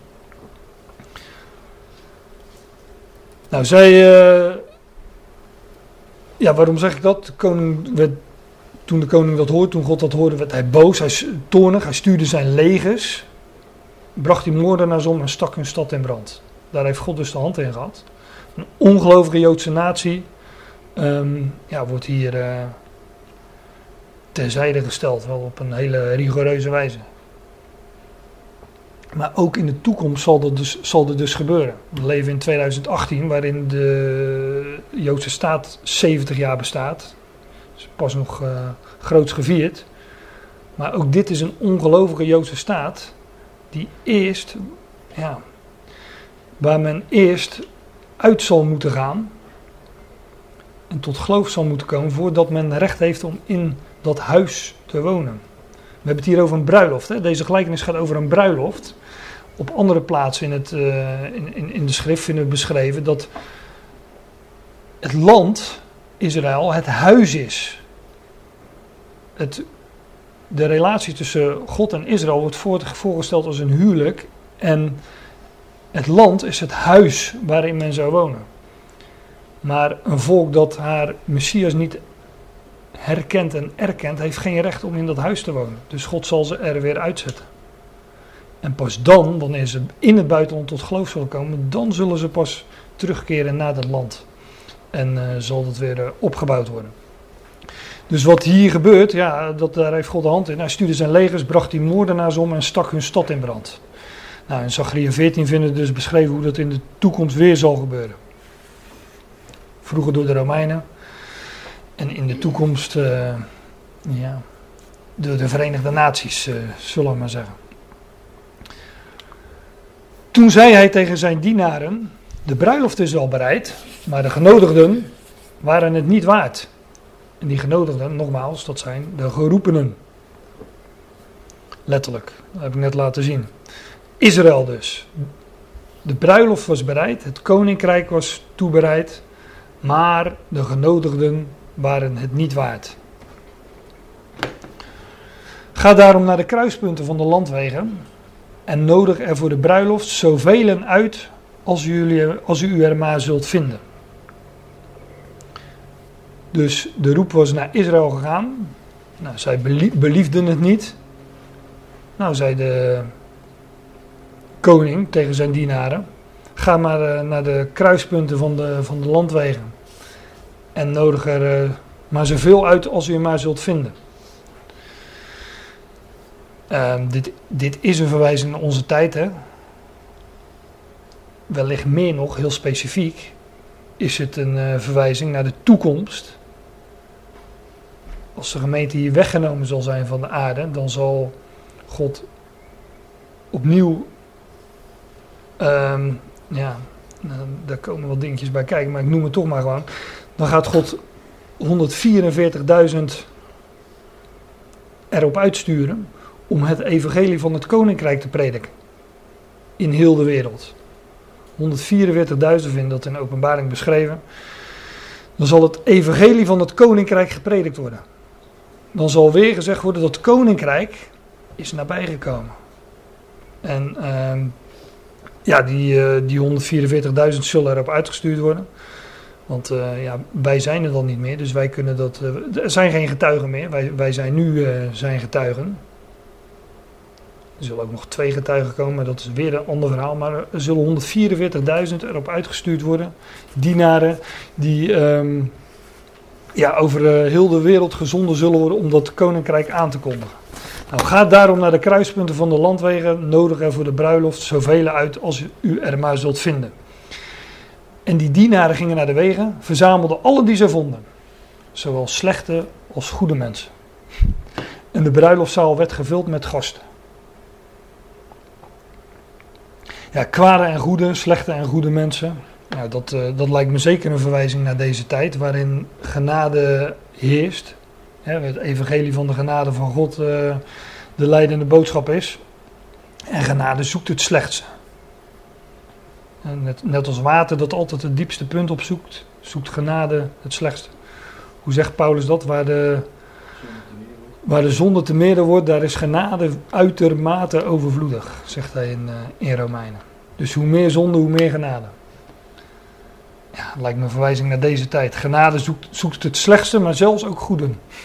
Nou, zij... Uh, ja, waarom zeg ik dat? De koning werd, toen de koning dat hoorde, toen God dat hoorde, werd hij boos. Hij is toornig. Hij stuurde zijn legers. Bracht die moordenaars om en stak hun stad in brand. Daar heeft God dus de hand in gehad. Een ongelovige Joodse natie um, ja, wordt hier uh, terzijde gesteld, wel op een hele rigoureuze wijze. Maar ook in de toekomst zal dat dus, zal dat dus gebeuren. We leven in tweeduizend achttien, waarin de Joodse staat zeventig jaar bestaat. Dus pas nog uh, groots gevierd. Maar ook dit is een ongelovige Joodse staat die eerst, ja, waar men eerst uit zal moeten gaan en tot geloof zal moeten komen voordat men recht heeft om in dat huis te wonen. We hebben het hier over een bruiloft. Hè? Deze gelijkenis gaat over een bruiloft. Op andere plaatsen in, het, uh, in, in, in de schrift vinden we beschreven dat het land Israël het huis is. Het, de relatie tussen God en Israël wordt voorgesteld als een huwelijk en het land is het huis waarin men zou wonen. Maar een volk dat haar Messias niet herkent en erkent, heeft geen recht om in dat huis te wonen. Dus God zal ze er weer uitzetten. En pas dan, wanneer ze in het buitenland tot geloof zullen komen, dan zullen ze pas terugkeren naar dat land. En uh, zal dat weer uh, opgebouwd worden. Dus wat hier gebeurt, ja, dat, daar heeft God de hand in. Hij stuurde zijn legers, bracht die moordenaars om en stak hun stad in brand. Nou, in Zacharia veertien vinden we dus beschreven hoe dat in de toekomst weer zal gebeuren. Vroeger door de Romeinen. En in de toekomst, uh, ja, door de Verenigde Naties, uh, zullen we maar zeggen. Toen zei hij tegen zijn dienaren, de bruiloft is al bereid, maar de genodigden waren het niet waard. En die genodigden, nogmaals, dat zijn de geroepenen. Letterlijk, dat heb ik net laten zien. Israël dus. De bruiloft was bereid, het koninkrijk was toebereid, maar de genodigden waren het niet waard. Ga daarom naar de kruispunten van de landwegen en nodig er voor de bruiloft zoveel uit als, jullie, als u er maar zult vinden. Dus de roep was naar Israël gegaan. Nou, zij beliefden het niet. Nou, zei de koning tegen zijn dienaren, ga maar uh, naar de kruispunten van de, van de landwegen en nodig er uh, maar zoveel uit als u er maar zult vinden. Uh, dit, dit is een verwijzing naar onze tijd, hè. Wellicht meer nog, heel specifiek, is het een uh, verwijzing naar de toekomst. Als de gemeente hier weggenomen zal zijn van de aarde, dan zal God opnieuw, um, ja, nou, daar komen wat dingetjes bij kijken, maar ik noem het toch maar gewoon. Dan gaat God honderdvierenveertigduizend erop uitsturen om het evangelie van het koninkrijk te prediken. In heel de wereld. honderdvierenveertigduizend vinden dat in de openbaring beschreven. Dan zal het evangelie van het koninkrijk gepredikt worden. Dan zal weer gezegd worden dat het koninkrijk is nabijgekomen. En uh, ja, die, uh, die honderdvierenveertigduizend zullen erop uitgestuurd worden. Want uh, ja, wij zijn er dan niet meer, dus wij kunnen dat... Uh, er zijn geen getuigen meer, wij, wij zijn nu uh, zijn getuigen. Er zullen ook nog twee getuigen komen, maar dat is weer een ander verhaal. Maar er zullen honderdvierenveertigduizend erop uitgestuurd worden. Dienaren die um, ja, over uh, heel de wereld gezonden zullen worden om dat koninkrijk aan te kondigen. Nou, ga daarom naar de kruispunten van de landwegen, nodig er voor de bruiloft zoveel uit als u er maar zult vinden. En die dienaren gingen naar de wegen, verzamelden alle die ze vonden, zowel slechte als goede mensen. En de bruiloftzaal werd gevuld met gasten. Ja, kwade en goede, slechte en goede mensen. Nou, dat, uh, dat lijkt me zeker een verwijzing naar deze tijd, waarin genade heerst. Hè, het evangelie van de genade van God uh, de leidende boodschap is. En genade zoekt het slechtste. En net, net als water dat altijd het diepste punt opzoekt, zoekt genade het slechtste. Hoe zegt Paulus dat? Waar de, waar de zonde te meerder wordt, daar is genade uitermate overvloedig, zegt hij in, uh, in Romeinen. Dus hoe meer zonde, hoe meer genade. Ja, lijkt me een verwijzing naar deze tijd. Genade zoekt, zoekt het slechtste, maar zelfs ook goede.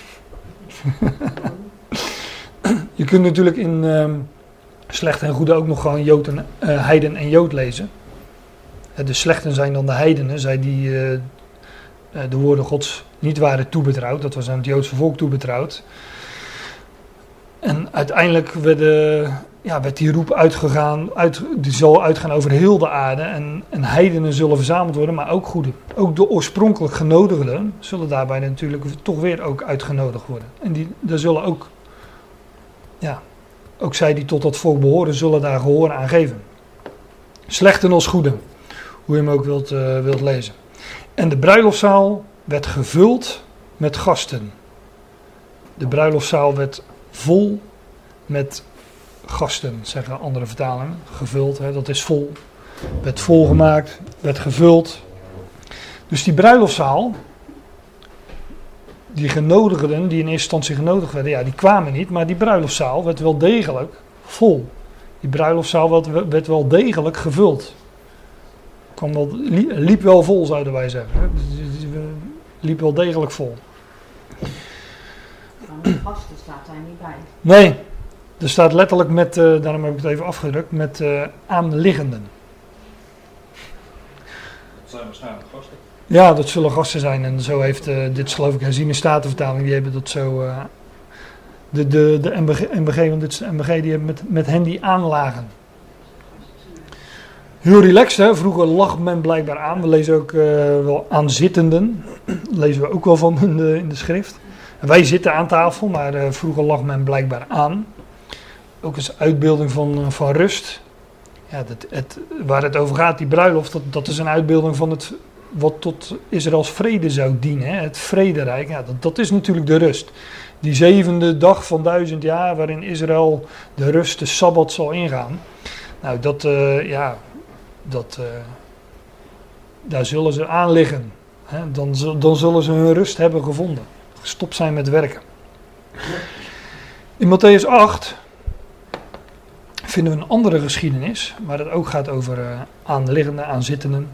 Je kunt natuurlijk in uh, slecht en goede ook nog gewoon Jood en, uh, heiden en Jood lezen. De slechten zijn dan de heidenen, zij die uh, uh, de woorden Gods niet waren toebetrouwd. Dat was aan het Joodse volk toebetrouwd. En uiteindelijk werd, uh, ja, werd die roep uitgegaan, uit, die zal uitgaan over heel de aarde. En, en heidenen zullen verzameld worden, maar ook goede. Ook de oorspronkelijk genodigden zullen daarbij natuurlijk toch weer ook uitgenodigd worden. En die, daar zullen ook, ja, ook zij die tot dat volk behoren, zullen daar gehoor aan geven. Slechten als goeden, hoe je hem ook wilt, uh, wilt lezen. En de bruiloftzaal werd gevuld met gasten. De bruiloftzaal werd vol met gasten, zeggen andere vertalingen. Gevuld, hè, dat is vol. Werd volgemaakt, werd gevuld. Dus die bruiloftzaal, die genodigden, die in eerste instantie genodigd werden, ja, die kwamen niet, maar die bruiloftzaal werd wel degelijk vol. Die bruiloftzaal werd, werd wel degelijk gevuld. Kwam wel, liep wel vol, zouden wij zeggen. Liep wel degelijk vol. Maar de gasten staat daar niet bij. Nee, er staat letterlijk met, uh, daarom heb ik het even afgedrukt, met uh, aanliggenden. Dat zijn waarschijnlijk gasten. Ja, dat zullen gasten zijn. En zo heeft, uh, dit is geloof ik herziene statenvertaling, die hebben dat zo, uh, de, de, de M B G, M B G, want dit is de M B G, die hebben met, met hen die aanlagen. Heel relaxed, hè? Vroeger lag men blijkbaar aan. We lezen ook uh, wel aanzittenden. Dat lezen we ook wel van in de, in de schrift. En wij zitten aan tafel, maar uh, vroeger lag men blijkbaar aan. Ook als uitbeelding van, uh, van rust. Ja, dat, het, waar het over gaat, die bruiloft, dat, dat is een uitbeelding van het, wat tot Israëls vrede zou dienen. Hè? Het vrederijk, ja, dat, dat is natuurlijk de rust. Die zevende dag van duizend jaar waarin Israël de rust, de Sabbat zal ingaan. Nou, dat, uh, ja... Dat, uh, daar zullen ze aan liggen. Hè? Dan, dan zullen ze hun rust hebben gevonden. Gestopt zijn met werken. In Mattheüs acht vinden we een andere geschiedenis. Waar het ook gaat over uh, aanliggenden, aanzittenden.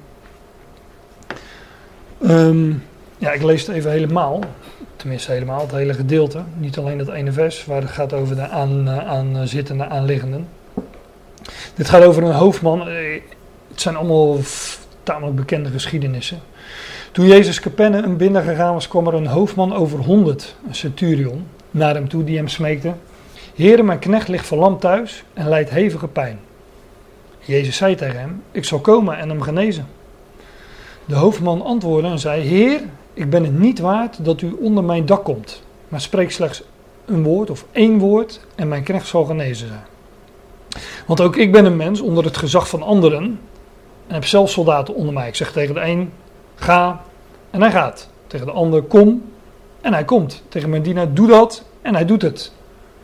Um, ja, ik lees het even helemaal. Tenminste helemaal, het hele gedeelte. Niet alleen dat ene vers waar het gaat over de aan, uh, aanzittenden, aanliggenden. Dit gaat over een hoofdman. Uh, Het zijn allemaal tamelijk bekende geschiedenissen. Toen Jezus Capernaum binnengegaan was, kwam er een hoofdman over honderd, een centurion, naar hem toe die hem smeekte: Heere, mijn knecht ligt verlamd thuis en lijdt hevige pijn. Jezus zei tegen hem: Ik zal komen en hem genezen. De hoofdman antwoordde en zei: Heer, ik ben het niet waard dat u onder mijn dak komt, maar spreek slechts een woord of één woord en mijn knecht zal genezen zijn. Want ook ik ben een mens onder het gezag van anderen en heb zelf soldaten onder mij. Ik zeg tegen de een, ga, en hij gaat. Tegen de ander, kom, en hij komt. Tegen mijn dienaar, doe dat, en hij doet het.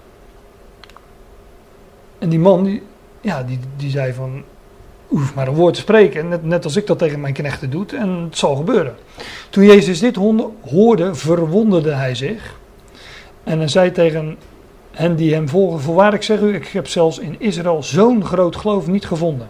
En die man, die, ja, die, die zei van, hoef maar een woord te spreken, net, net als ik dat tegen mijn knechten doe, en het zal gebeuren. Toen Jezus dit hoorde, verwonderde hij zich. En hij zei tegen hen die hem volgen: voorwaar ik zeg u, ik heb zelfs in Israël zo'n groot geloof niet gevonden.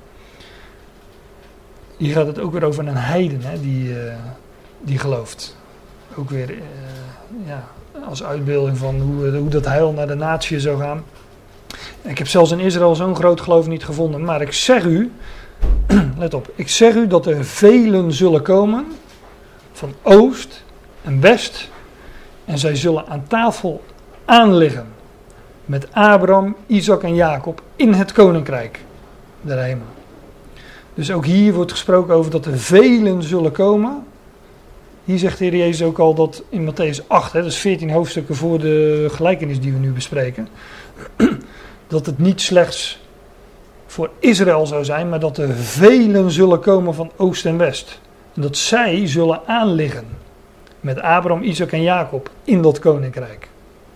Hier gaat het ook weer over een heiden, hè, die, uh, die gelooft. Ook weer uh, ja, als uitbeelding van hoe, hoe dat heil naar de natie zou gaan. Ik heb zelfs in Israël zo'n groot geloof niet gevonden. Maar ik zeg u, let op, ik zeg u dat er velen zullen komen van oost en west. En zij zullen aan tafel aanliggen met Abraham, Isaac en Jacob in het koninkrijk der hemel. Dus ook hier wordt gesproken over dat er velen zullen komen. Hier zegt de Heer Jezus ook al dat in Matthäus acht, hè, dus veertien hoofdstukken voor de gelijkenis die we nu bespreken, dat het niet slechts voor Israël zou zijn, maar dat er velen zullen komen van oost en west. En dat zij zullen aanliggen met Abraham, Isaac en Jacob in dat koninkrijk.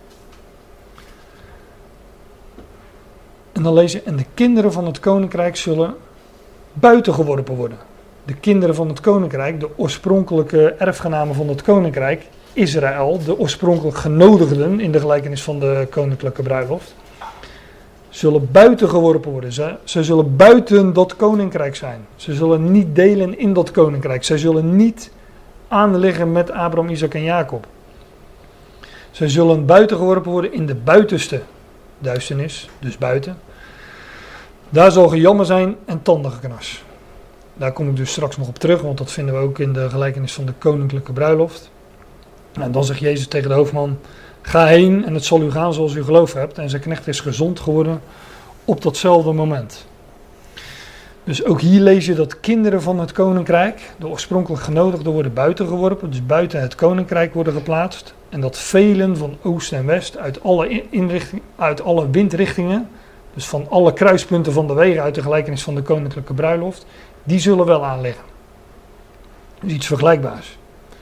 En dan lees je, en de kinderen van het koninkrijk zullen buiten geworpen worden. De kinderen van het koninkrijk, de oorspronkelijke erfgenamen van het koninkrijk, Israël, de oorspronkelijk genodigden in de gelijkenis van de koninklijke bruiloft, zullen buiten geworpen worden. Ze, ze zullen buiten dat koninkrijk zijn. Ze zullen niet delen in dat koninkrijk. Zij zullen niet aanliggen met Abraham, Isaac en Jacob. Zij zullen buiten geworpen worden in de buitenste duisternis, dus buiten. Daar zal gejammer zijn en tandengeknars. Daar kom ik dus straks nog op terug, want dat vinden we ook in de gelijkenis van de koninklijke bruiloft. En dan zegt Jezus tegen de hoofdman, ga heen en het zal u gaan zoals u geloof hebt. En zijn knecht is gezond geworden op datzelfde moment. Dus ook hier lees je dat kinderen van het koninkrijk, de oorspronkelijk genodigden, worden buiten geworpen. Dus buiten het koninkrijk worden geplaatst. En dat velen van oost en west, uit alle, inrichting, uit alle windrichtingen, dus van alle kruispunten van de wegen uit de gelijkenis van de koninklijke bruiloft, die zullen wel aanliggen. Dus iets vergelijkbaars.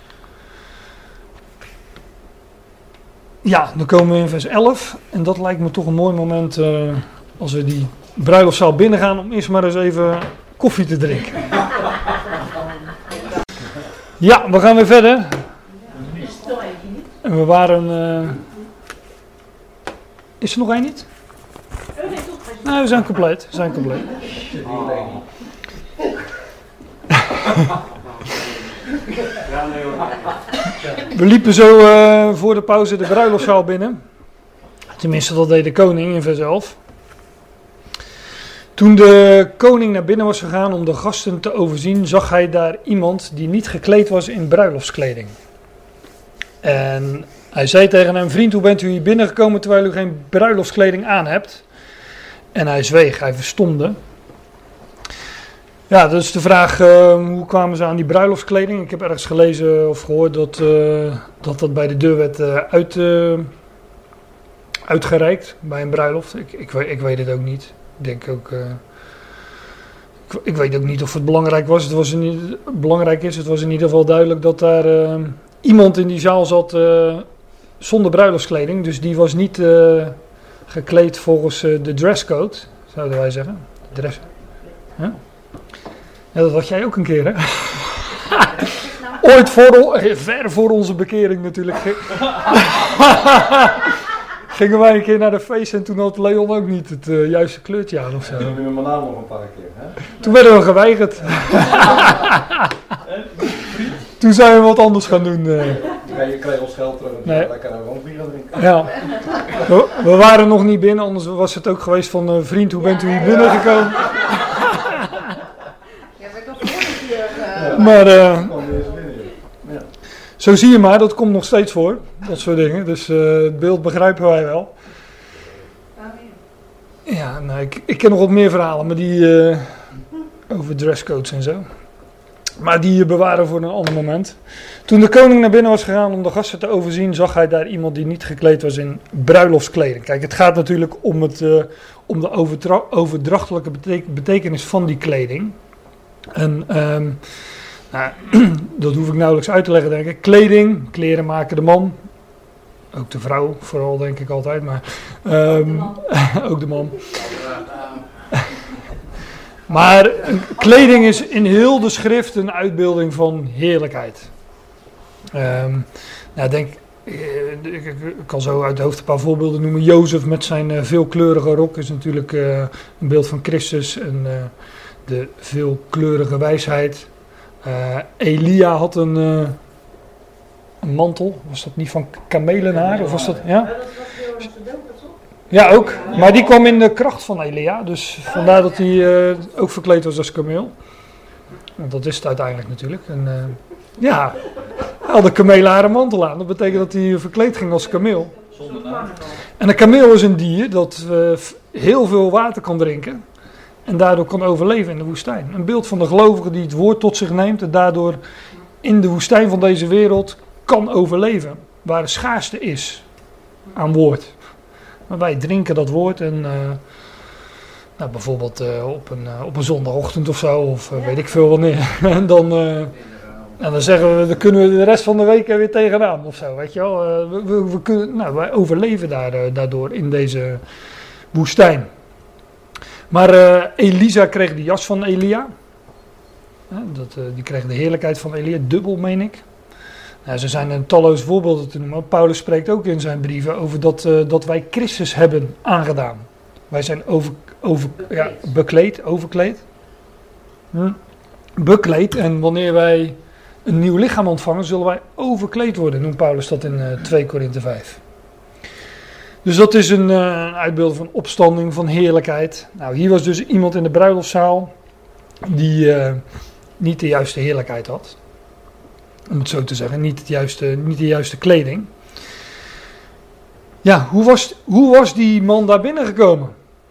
Ja, dan komen we in vers elf. En dat lijkt me toch een mooi moment uh, als we die bruiloftzaal binnengaan om eerst maar eens even koffie te drinken. Ja, we gaan weer verder. En we waren... Uh... Is er nog één niet? Nee, we zijn compleet. We zijn compleet. We liepen zo uh, voor de pauze de bruiloftzaal binnen. Tenminste, dat deed de koning in vers elf. Toen de koning naar binnen was gegaan om de gasten te overzien, zag hij daar iemand die niet gekleed was in bruiloftskleding. En hij zei tegen hem, vriend, hoe bent u hier binnengekomen terwijl u geen bruiloftskleding aan hebt? En hij zweeg, hij verstomde. Ja, dat is de vraag, uh, hoe kwamen ze aan die bruiloftskleding? Ik heb ergens gelezen of gehoord dat uh, dat, dat bij de deur werd uh, uit, uh, uitgereikt bij een bruiloft. Ik, ik, ik weet het ook niet. Ik denk ook, uh, ik, ik weet ook niet of het belangrijk was. Het was in, belangrijk is, het was in ieder geval duidelijk dat daar uh, iemand in die zaal zat uh, zonder bruiloftskleding. Dus die was niet uh, gekleed volgens uh, de dresscode, zouden wij zeggen. Dress. Huh? Ja, dat had jij ook een keer, hè? Ooit voor, ver voor onze bekering natuurlijk. Gingen wij een keer naar de feest en toen had Leon ook niet het uh, juiste kleurtje aan of zo. Toen hebben we mijn naam nog een paar keer, hè? Toen werden we geweigerd. Toen zijn we wat anders gaan doen. Uh. Je kreeg ons geld terug en nee. daar kunnen we gewoon bier gaan drinken. Ja. We, we waren nog niet binnen, anders was het ook geweest van uh, vriend, hoe bent u hier binnengekomen? Maar uh, zo zie je maar, dat komt nog steeds voor, dat soort dingen. Dus uh, het beeld begrijpen wij wel. Ja, nou, ik, ik ken nog wat meer verhalen, maar die uh, over dresscodes en zo. Maar die bewaren voor een ander moment. Toen de koning naar binnen was gegaan om de gasten te overzien, zag hij daar iemand die niet gekleed was in bruiloftskleding. Kijk, het gaat natuurlijk om, het, uh, om de overtra- overdrachtelijke betek- betekenis van die kleding. En um, nou, dat hoef ik nauwelijks uit te leggen, denk ik. Kleding, kleren maken de man. Ook de vrouw, vooral denk ik altijd, maar um, ook de man. Maar kleding is in heel de schrift een uitbeelding van heerlijkheid. Um, nou, denk, ik, ik kan zo uit de hoofd een paar voorbeelden noemen. Jozef met zijn uh, veelkleurige rok is natuurlijk uh, een beeld van Christus en uh, de veelkleurige wijsheid. Uh, Elia had een, uh, een mantel. Was dat niet van kamelenhaar? Of was dat, ja? Ja, ook. Maar die kwam in de kracht van Elia. Dus vandaar dat hij uh, ook verkleed was als kameel. Want dat is het uiteindelijk natuurlijk. En, uh, ja, hij had een kamelenharen mantel aan. Dat betekent dat hij verkleed ging als kameel. Zonder Zo'n naam. carnaval. En een kameel is een dier dat eh, f- heel veel water kan drinken en daardoor kan overleven in de woestijn. Een beeld van de gelovige die het woord tot zich neemt en daardoor in de woestijn van deze wereld kan overleven. Waar de schaarste is aan woord. Maar wij drinken dat woord en uh, nou, bijvoorbeeld uh, op, een, uh, op een zondagochtend of zo, of uh, weet ik veel wanneer. En dan, uh, en dan zeggen we, dan kunnen we de rest van de week er weer tegenaan of zo, weet je wel. Uh, we, we, we kunnen, nou, wij overleven daar, uh, daardoor in deze woestijn. Maar uh, Elisa kreeg de jas van Elia. Uh, dat, uh, die kreeg de heerlijkheid van Elia, dubbel meen ik. Nou, er zijn een talloze voorbeelden te noemen. Paulus spreekt ook in zijn brieven over dat, uh, dat wij Christus hebben aangedaan. Wij zijn over, over, ja, bekleed, overkleed. Hm? Bekleed. En wanneer wij een nieuw lichaam ontvangen, zullen wij overkleed worden. Noemt Paulus dat in uh, twee Korinthe vijf. Dus dat is een, uh, een uitbeelding van opstanding, van heerlijkheid. Nou, hier was dus iemand in de bruiloftszaal die uh, niet de juiste heerlijkheid had. Om het zo te zeggen, niet, het juiste, niet de juiste kleding. Ja, hoe was, hoe was die man daar binnengekomen?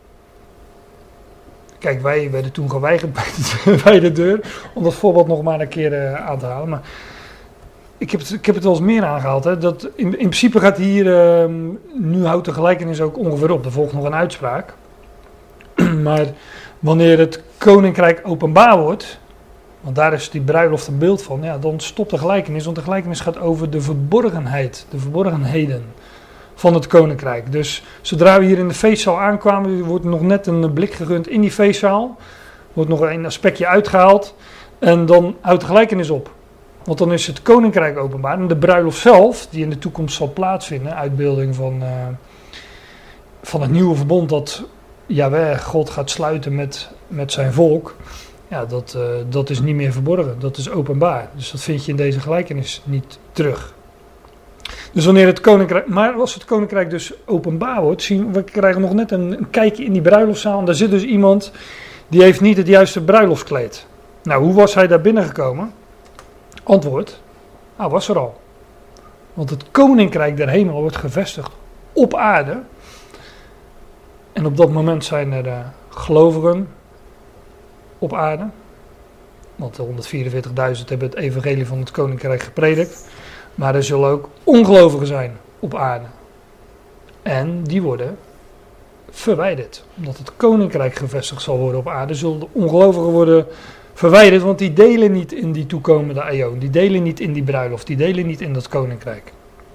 Kijk, wij werden toen geweigerd bij de, bij de deur, om dat voorbeeld nog maar een keer uh, aan te halen. Maar ik heb het, ik heb het wel eens meer aangehaald. Hè, dat in, in principe gaat hier, uh, nu houdt de gelijkenis ook ongeveer op. Er volgt nog een uitspraak. Maar wanneer het koninkrijk openbaar wordt, want daar is die bruiloft een beeld van, ja, dan stopt de gelijkenis. Want de gelijkenis gaat over de verborgenheid, de verborgenheden van het koninkrijk. Dus zodra we hier in de feestzaal aankwamen, wordt nog net een blik gegund in die feestzaal. Wordt nog een aspectje uitgehaald en dan houdt de gelijkenis op. Want dan is het koninkrijk openbaar. En de bruiloft zelf, die in de toekomst zal plaatsvinden, uitbeelding van, uh, van het nieuwe verbond dat Jahweh, God, gaat sluiten met, met zijn volk. Ja, dat, uh, dat is niet meer verborgen. Dat is openbaar. Dus dat vind je in deze gelijkenis niet terug. Dus wanneer het koninkrijk, maar als het koninkrijk dus openbaar wordt, zien we krijgen nog net een, een kijkje in die bruiloftzaal. En daar zit dus iemand die heeft niet het juiste bruiloftskleed. Nou, hoe was hij daar binnengekomen? Antwoord, hij was er al. Want het koninkrijk der hemel wordt gevestigd op aarde. En op dat moment zijn er uh, gelovigen op aarde. Want de honderdvierenveertigduizend hebben het evangelie van het koninkrijk gepredikt. Maar er zullen ook ongelovigen zijn op aarde. En die worden verwijderd. Omdat het koninkrijk gevestigd zal worden op aarde, zullen de ongelovigen worden verwijderd. Want die delen niet in die toekomende eeuw. Die delen niet in die bruiloft. Die delen niet in dat koninkrijk.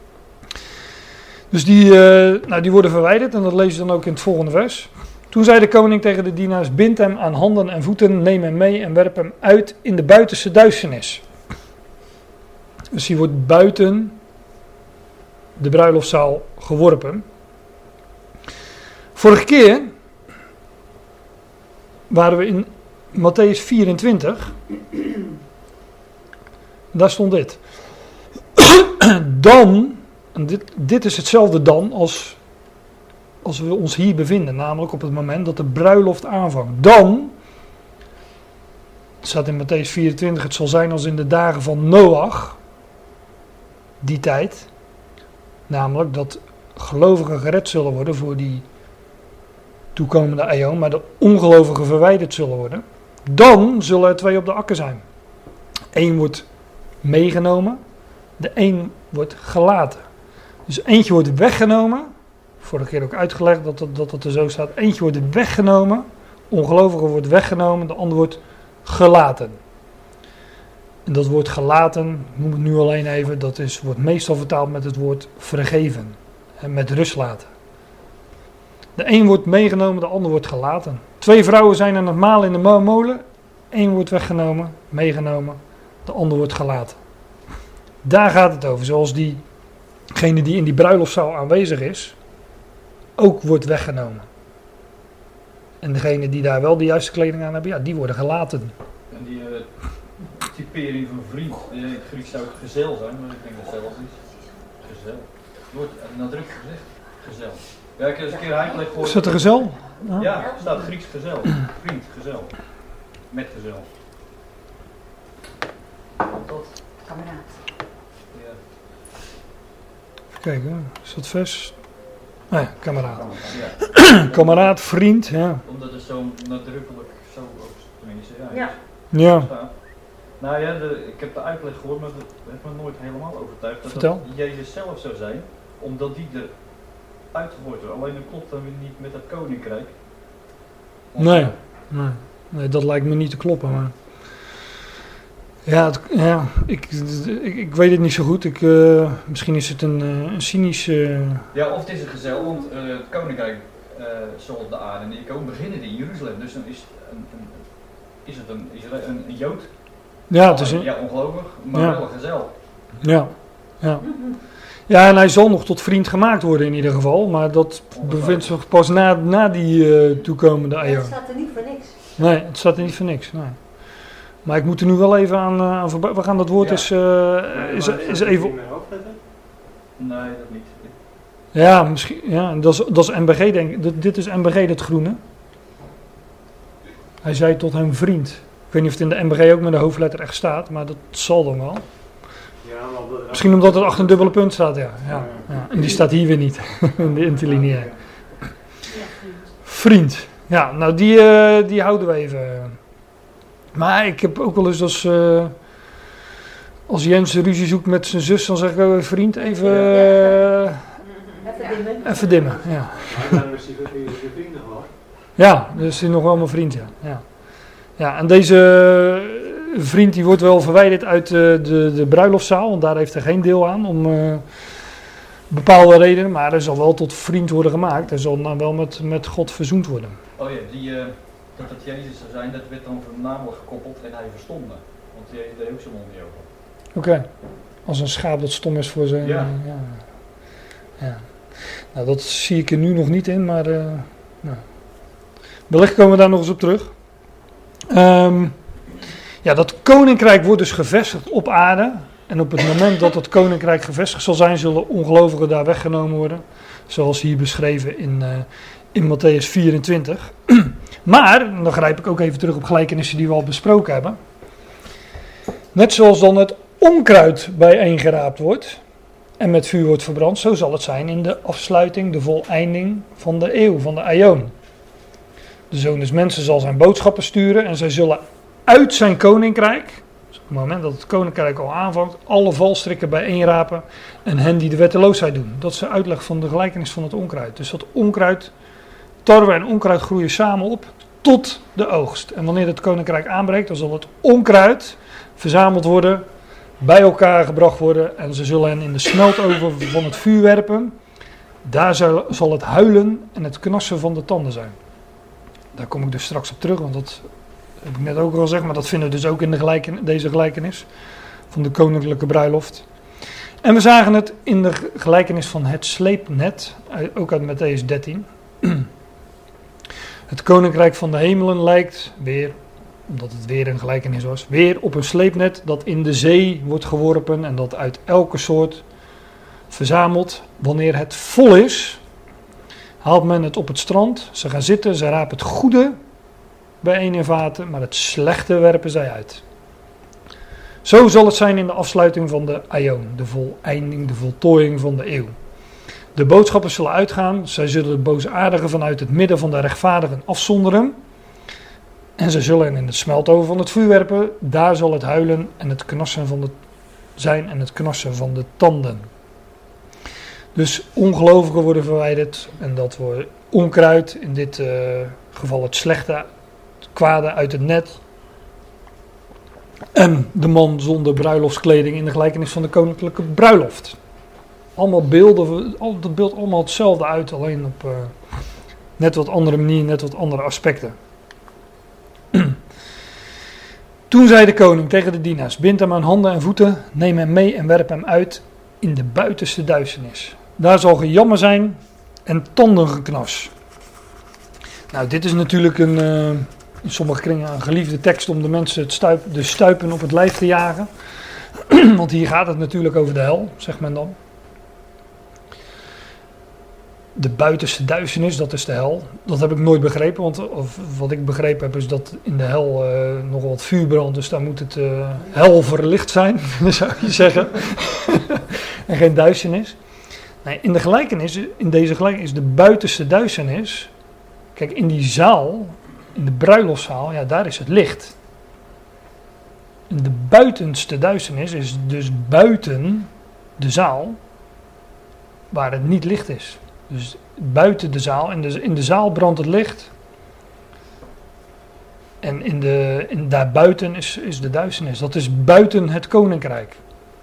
Dus die, uh, nou, die worden verwijderd. En dat lees je dan ook in het volgende vers. Toen zei de koning tegen de dienaars: bind hem aan handen en voeten, neem hem mee en werp hem uit in de buitenste duisternis. Dus die wordt buiten de bruiloftzaal geworpen. Vorige keer waren we in Mattheüs vierentwintig. Daar stond dit. Dan, en dit, dit is hetzelfde dan als, als we ons hier bevinden. Namelijk op het moment dat de bruiloft aanvangt. Dan, het staat in Mattheüs vierentwintig, het zal zijn als in de dagen van Noach. Die tijd, namelijk dat gelovigen gered zullen worden voor die toekomende eeuw, maar de ongelovigen verwijderd zullen worden. Dan zullen er twee op de akker zijn. Eén wordt meegenomen, de een wordt gelaten. Dus eentje wordt weggenomen, vorige keer ook uitgelegd dat het, dat het er zo staat. Eentje wordt weggenomen, ongelovige wordt weggenomen, de ander wordt gelaten. En dat woord gelaten, ik noem het nu alleen even, dat is, wordt meestal vertaald met het woord vergeven. En met rust laten. De een wordt meegenomen, de ander wordt gelaten. Twee vrouwen zijn aan het malen in de molen. Eén wordt weggenomen, meegenomen, de ander wordt gelaten. Daar gaat het over. Zoals diegene die in die bruiloftzaal aanwezig is, ook wordt weggenomen. En degene die daar wel de juiste kleding aan hebben, ja, die worden gelaten. En die uh, typering van vriend, die in het Grieks zou het gezel zijn, maar ik denk dat zelfs niet. Gezel. Het wordt nadrukkelijk gezegd. Gezel. Ja, ik heb eens een keer uitgelegd voor. Is dat een gezel? Ja, ja, er staat Grieks gezel. Vriend, gezel. Met gezel. Tot kameraad. Ja. Even kijken, is dat vers Nee, kameraad. Ja. Kameraad, vriend, ja. Omdat het zo nadrukkelijk zo, ook, tenminste, ja. Ja. Ja, staat. Nou ja, de, ik heb de uitleg gehoord, maar dat heeft me nooit helemaal overtuigd. Dat Vertel. dat Jezus zelf zou zijn, omdat die er uitgegooid wordt. Alleen dat klopt dan weer niet met het koninkrijk. Want, Nee. ja, nee, nee, dat lijkt me niet te kloppen, maar... Ja, het, ja ik, ik, ik weet het niet zo goed. Ik, uh, misschien is het een, uh, een cynisch... Uh... Ja, of het is een gezel, want uh, het koninkrijk uh, zal op de aarde neerkomen, beginnen in Jeruzalem. Dus dan is het een, een, is het een, Israël, een, een Jood. Ja, het is een... Ja, ongelovig, maar Ja. wel een gezel. Ja, ja. Ja, en hij zal nog tot vriend gemaakt worden in ieder geval. Maar dat bevindt zich pas na, na die uh, toekomende Ja, het eeuw. staat er niet voor niks. Nee, het staat er niet voor niks. Nee. Maar ik moet er nu wel even aan, uh, aan voorbij. We gaan dat woord Ja. eens, uh, is, is even... Nee, dat niet. Ja, misschien. Ja, dat is, dat is M B G, denk ik. Dit, dit is M B G, dat groene. Hij zei tot hem vriend. Ik weet niet of het in de M B G ook met de hoofdletter echt staat, maar dat zal dan wel. Ja, maar omdat het Misschien omdat het achter een dubbele punt staat, ja. ja, ja. En die staat hier weer niet, in de interlineair. Ja, vriend. Vriend. Ja, nou die, uh, die houden we even. Maar ik heb ook wel eens als, uh, als Jens ruzie zoekt met zijn zus, dan zeg ik ook vriend even, uh, Even dimmen. even dimmen. Ja. Maar dan is hij weer je vrienden gewoon. Ja, dus hij is nog wel mijn vriend, ja. Ja, ja en deze vriend die wordt wel verwijderd uit de, de, de bruiloftszaal, want daar heeft hij geen deel aan om uh, bepaalde redenen. Maar hij zal wel tot vriend worden gemaakt. Hij zal dan wel met, met God verzoend worden. Oh ja, die, uh, dat het Jezus zou zijn, dat werd dan voornamelijk gekoppeld en hij verstond me. Want hij deed ook zijn mond niet over. Oké, okay. Als een schaap dat stom is voor zijn... Ja. Uh, ja. ja. Nou, dat zie ik er nu nog niet in, maar... Uh, nou. Wellicht komen we daar nog eens op terug. Um, ja, dat koninkrijk wordt dus gevestigd op aarde. En op het moment dat het koninkrijk gevestigd zal zijn, zullen ongelovigen daar weggenomen worden. Zoals hier beschreven in, uh, in Matthäus vierentwintig. Maar, dan grijp ik ook even terug op gelijkenissen die we al besproken hebben. Net zoals dan het onkruid bijeengeraapt wordt en met vuur wordt verbrand, zo zal het zijn in de afsluiting, de voleinding van de eeuw, van de aion. De Zoon des Mensen zal zijn boodschappen sturen en zij zullen uit zijn koninkrijk, dus op het moment dat het koninkrijk al aanvangt, alle valstrikken bijeenrapen en hen die de wetteloosheid doen. Dat is de uitleg van de gelijkenis van het onkruid. Dus dat onkruid, tarwe en onkruid groeien samen op tot de oogst. En wanneer het koninkrijk aanbreekt, dan zal het onkruid verzameld worden, bij elkaar gebracht worden en ze zullen hen in de smeltoven van het vuur werpen. Daar zal, zal het huilen en het knassen van de tanden zijn. Daar kom ik dus straks op terug, want dat heb ik net ook al gezegd, maar dat vinden we dus ook in de gelijken, deze gelijkenis van de koninklijke bruiloft. En we zagen het in de gelijkenis van het sleepnet, ook uit Matthäus dertien. Het koninkrijk van de hemelen lijkt weer, omdat het weer een gelijkenis was, weer op een sleepnet dat in de zee wordt geworpen en dat uit elke soort verzamelt. Wanneer het vol is, haalt men het op het strand, ze gaan zitten, ze rapen het goede bijeen in vaten, maar het slechte werpen zij uit. Zo zal het zijn in de afsluiting van de aion, de voleinding, de voltooiing van de eeuw. De boodschappers zullen uitgaan, zij zullen de boosaardigen vanuit het midden van de rechtvaardigen afzonderen. En zij zullen hen in het smeltoven van het vuur werpen, daar zal het huilen en het knassen van de zijn en het knassen van de tanden. Dus ongelovigen worden verwijderd en dat wordt onkruid, in dit uh, geval het slechte, het kwade uit het net. En de man zonder bruiloftskleding in de gelijkenis van de koninklijke bruiloft. Allemaal beelden, dat beeldt allemaal hetzelfde uit, alleen op uh, net wat andere manier, net wat andere aspecten. Toen zei de koning tegen de dienaars, bind hem aan handen en voeten, neem hem mee en werp hem uit in de buitenste duisternis. Daar zal gejammer zijn en tandengeknas. Nou, dit is natuurlijk een, uh, in sommige kringen een geliefde tekst om de mensen het stuip, de stuipen op het lijf te jagen. Want hier gaat het natuurlijk over de hel, zegt men dan. De buitenste duisternis, dat is de hel. Dat heb ik nooit begrepen, want of, wat ik begrepen heb is dat in de hel uh, nog wat vuur brandt. Dus daar moet het uh, hel verlicht zijn, zou je zeggen. En geen duisternis. Nee, in de gelijkenis, in deze gelijkenis, de buitenste duisternis. Kijk, in die zaal, in de bruiloftszaal, ja, daar is het licht. En de buitenste duisternis is dus buiten de zaal, waar het niet licht is. Dus buiten de zaal, in de, in de zaal brandt het licht. En in de, in, daarbuiten is, is de duisternis. Dat is buiten het koninkrijk.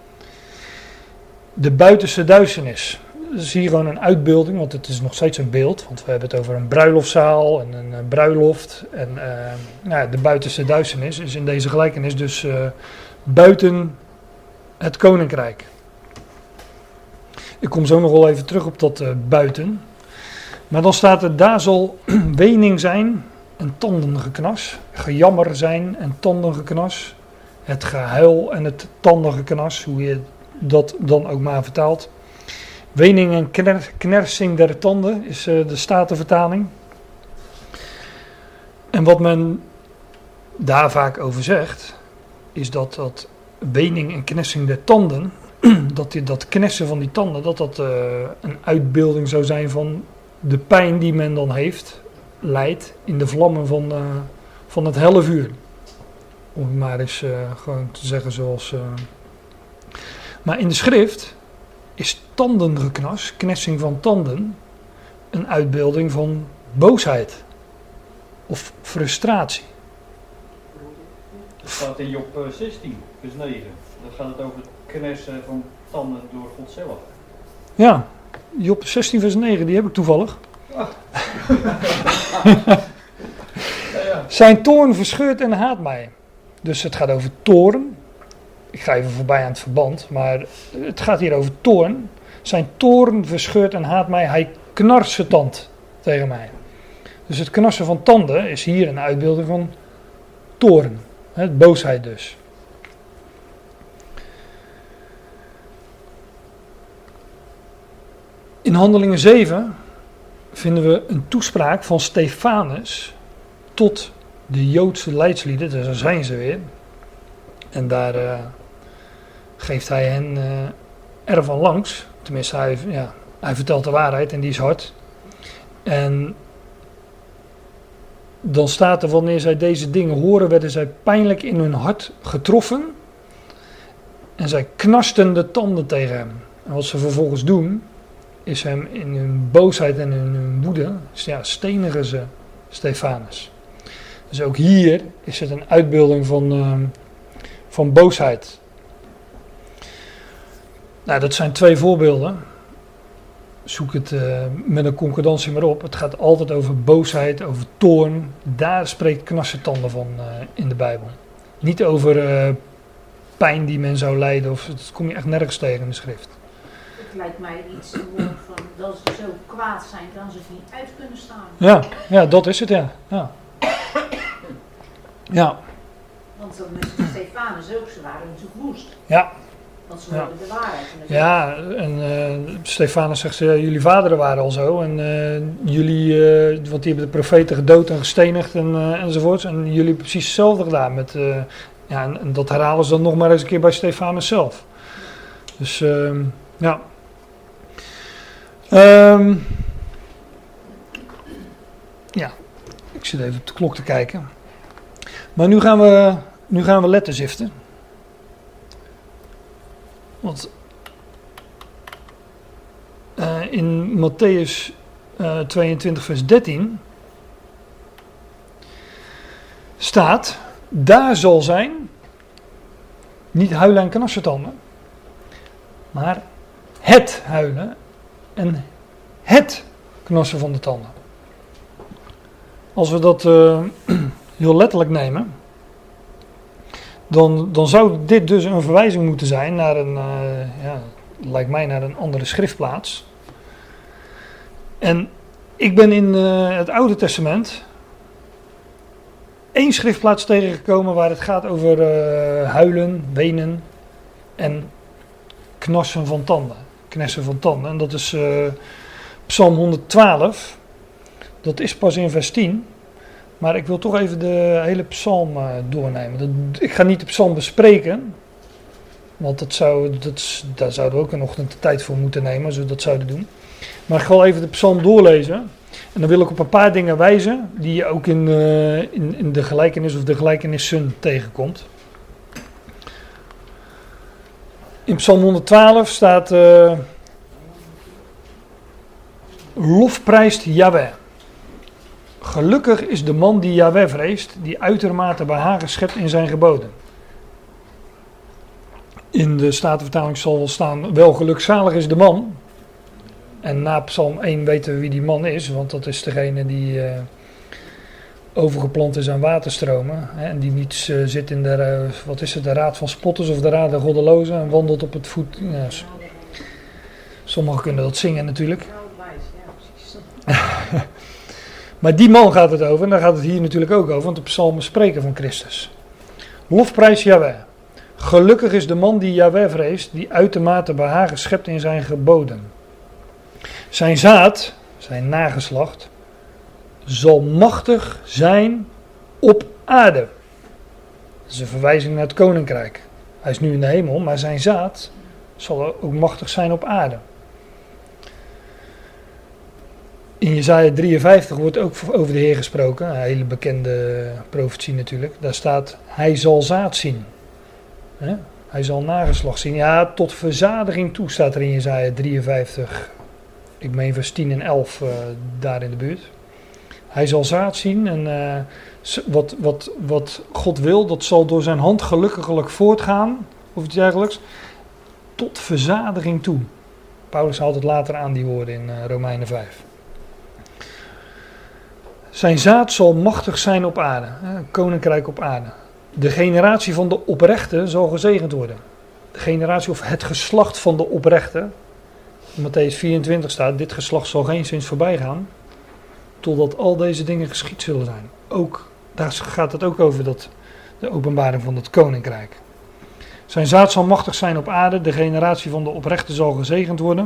De buitenste duisternis. Dat is hier gewoon een uitbeelding, want het is nog steeds een beeld. Want we hebben het over een bruiloftzaal en een, een bruiloft. En uh, nou ja, de buitenste duisternis is in deze gelijkenis dus uh, buiten het koninkrijk. Ik kom zo nog wel even terug op dat uh, buiten. Maar dan staat er, daar zal wening zijn en tandengeknas. Gejammer zijn en tandengeknas. Het gehuil en het tandengeknas, hoe je dat dan ook maar vertaalt. Wening en kner, knersing der tanden is uh, de Statenvertaling. En wat men daar vaak over zegt, is dat dat wening en knersing der tanden, dat die, dat knessen van die tanden, dat dat uh, een uitbeelding zou zijn van de pijn die men dan heeft, lijdt in de vlammen van, uh, van het helle vuur. Om het maar eens uh, gewoon te zeggen zoals... Uh... Maar in de schrift is tandengeknas, knessing van tanden, een uitbeelding van boosheid of frustratie. Dat staat in Job zestien, vers negen. Dan gaat het over het knersen van tanden door God zelf. Ja, Job zestien vers negen, die heb ik toevallig. Ah. ja, ja. Zijn toorn verscheurt en haat mij. Dus het gaat over toorn. Ik ga even voorbij aan het verband, maar het gaat hier over toorn. Zijn toorn verscheurt en haat mij, hij knarst zijn tand tegen mij. Dus het knarsen van tanden is hier een uitbeelding van toorn. Hè, boosheid dus. In Handelingen zeven vinden we een toespraak van Stefanus tot de Joodse leidslieden, dus daar zijn ze weer. En daar uh, geeft hij hen uh, ervan langs. Tenminste, hij, ja, hij vertelt de waarheid en die is hard. En dan staat er, wanneer zij deze dingen horen, werden zij pijnlijk in hun hart getroffen. En zij knarsten de tanden tegen hem. En wat ze vervolgens doen, is hem in hun boosheid en in hun woede, ja, stenigen ze Stefanus. Dus ook hier is het een uitbeelding van, uh, van boosheid. Nou, dat zijn twee voorbeelden. Zoek het uh, met een concordantie maar op. Het gaat altijd over boosheid, over toorn. Daar spreekt knarsetanden van uh, in de Bijbel. Niet over uh, pijn die men zou lijden. Of, dat kom je echt nergens tegen in de schrift. Het lijkt mij iets te worden van dat ze zo kwaad zijn dat ze het niet uit kunnen staan. Ja, ja, dat is het, ja. Ja. Ja. Want dan met Stefanus ook, ze waren natuurlijk woest. Ja. Want ze Ja. hoorden de waarheid. En Ja, en uh, Stefanus zegt, uh, jullie vaderen waren al zo. En uh, jullie, uh, want die hebben de profeten gedood en gestenigd en, uh, enzovoorts. En jullie hebben precies hetzelfde gedaan. Met, uh, ja, en, en dat herhalen ze dan nog maar eens een keer bij Stefanus zelf. Dus, uh, ja. Um, ja, ik zit even op de klok te kijken. Maar nu gaan we, nu gaan we letten ziften. Want uh, in Mattheüs uh, tweeëntwintig vers dertien staat, daar zal zijn, niet huilen en knarsetanden, maar het huilen en het knarsen van de tanden. Als we dat uh, heel letterlijk nemen, dan, dan zou dit dus een verwijzing moeten zijn naar een, uh, ja, lijkt mij naar een andere schriftplaats. En ik ben in uh, het Oude Testament één schriftplaats tegengekomen waar het gaat over uh, huilen, wenen en knarsen van tanden. Knessen van tanden. En dat is uh, Psalm honderdtwaalf. Dat is pas in vers tien. Maar ik wil toch even de hele psalm uh, doornemen. Dat, ik ga niet de psalm bespreken. Want dat zou, dat, daar zouden we ook een ochtend de tijd voor moeten nemen als we dat zouden doen. Maar ik ga wel even de psalm doorlezen. En dan wil ik op een paar dingen wijzen die je ook in, uh, in, in de gelijkenis of de gelijkenissen tegenkomt. In psalm honderdtwaalf staat... Uh, Lofprijst Yahweh. Gelukkig is de man die Yahweh vreest, die uitermate behagen schept in zijn geboden. In de Statenvertaling zal wel staan, wel gelukzalig is de man. En na psalm één weten we wie die man is, want dat is degene die uh, overgeplant is aan waterstromen. Hè, en die niet uh, zit in de, uh, wat is het, de raad van spotters of de raad der goddelozen en wandelt op het voet. Ja, sommigen kunnen dat zingen natuurlijk. Maar die man gaat het over, en daar gaat het hier natuurlijk ook over, want de psalmen spreken van Christus. Lofprijs Yahweh. Gelukkig is de man die Yahweh vreest, die uitermate behagen schept in zijn geboden. Zijn zaad, zijn nageslacht, zal machtig zijn op aarde. Dat is een verwijzing naar het koninkrijk. Hij is nu in de hemel, maar zijn zaad zal ook machtig zijn op aarde. In Jesaja drieënvijftig wordt ook over de Heer gesproken, een hele bekende profetie natuurlijk. Daar staat, hij zal zaad zien. He? Hij zal nageslacht zien. Ja, tot verzadiging toe staat er in Jesaja drieënvijftig. Ik meen vers tien en elf uh, daar in de buurt. Hij zal zaad zien en uh, wat, wat, wat God wil, dat zal door zijn hand gelukkiglijk voortgaan, of iets dergelijks, tot verzadiging toe. Paulus haalt het later aan, die woorden in uh, Romeinen vijf. Zijn zaad zal machtig zijn op aarde, een koninkrijk op aarde. De generatie van de oprechten zal gezegend worden. De generatie of het geslacht van de oprechten. In Mattheüs vierentwintig staat, dit geslacht zal geenszins voorbij gaan, totdat al deze dingen geschied zullen zijn. Ook, daar gaat het ook over, dat, de openbaring van het koninkrijk. Zijn zaad zal machtig zijn op aarde, de generatie van de oprechten zal gezegend worden.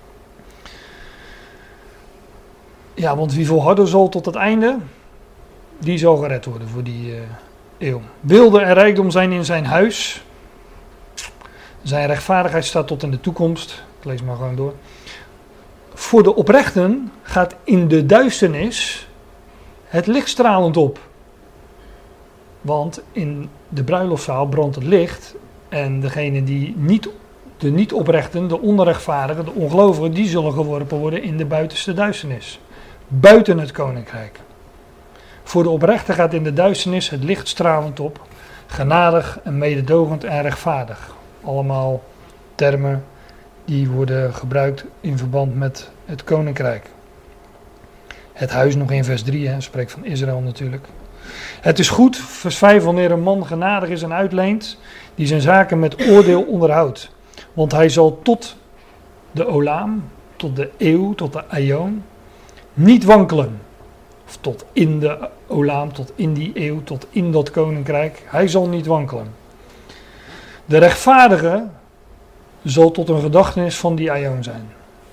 Ja, want wie volharden zal tot het einde, die zal gered worden voor die uh, eeuw. Weelde en rijkdom zijn in zijn huis. Zijn rechtvaardigheid staat tot in de toekomst. Ik lees maar gewoon door. Voor de oprechten gaat in de duisternis het licht stralend op. Want in de bruiloftszaal brandt het licht. En degene die niet, de niet-oprechten, de onrechtvaardigen, de ongelovigen, die zullen geworpen worden in de buitenste duisternis. Buiten het koninkrijk. Voor de oprechten gaat in de duisternis het licht stralend op. Genadig en mededogend en rechtvaardig. Allemaal termen die worden gebruikt in verband met het koninkrijk. Het huis nog in vers drie, hè, spreekt van Israël natuurlijk. Het is goed, vers vijf, wanneer een man genadig is en uitleent, die zijn zaken met oordeel onderhoudt. Want hij zal tot de Olaam, tot de eeuw, tot de Aion, niet wankelen. Of tot in de Olaam, tot in die eeuw, tot in dat koninkrijk. Hij zal niet wankelen. De rechtvaardige zal tot een gedachtenis van die Aion zijn.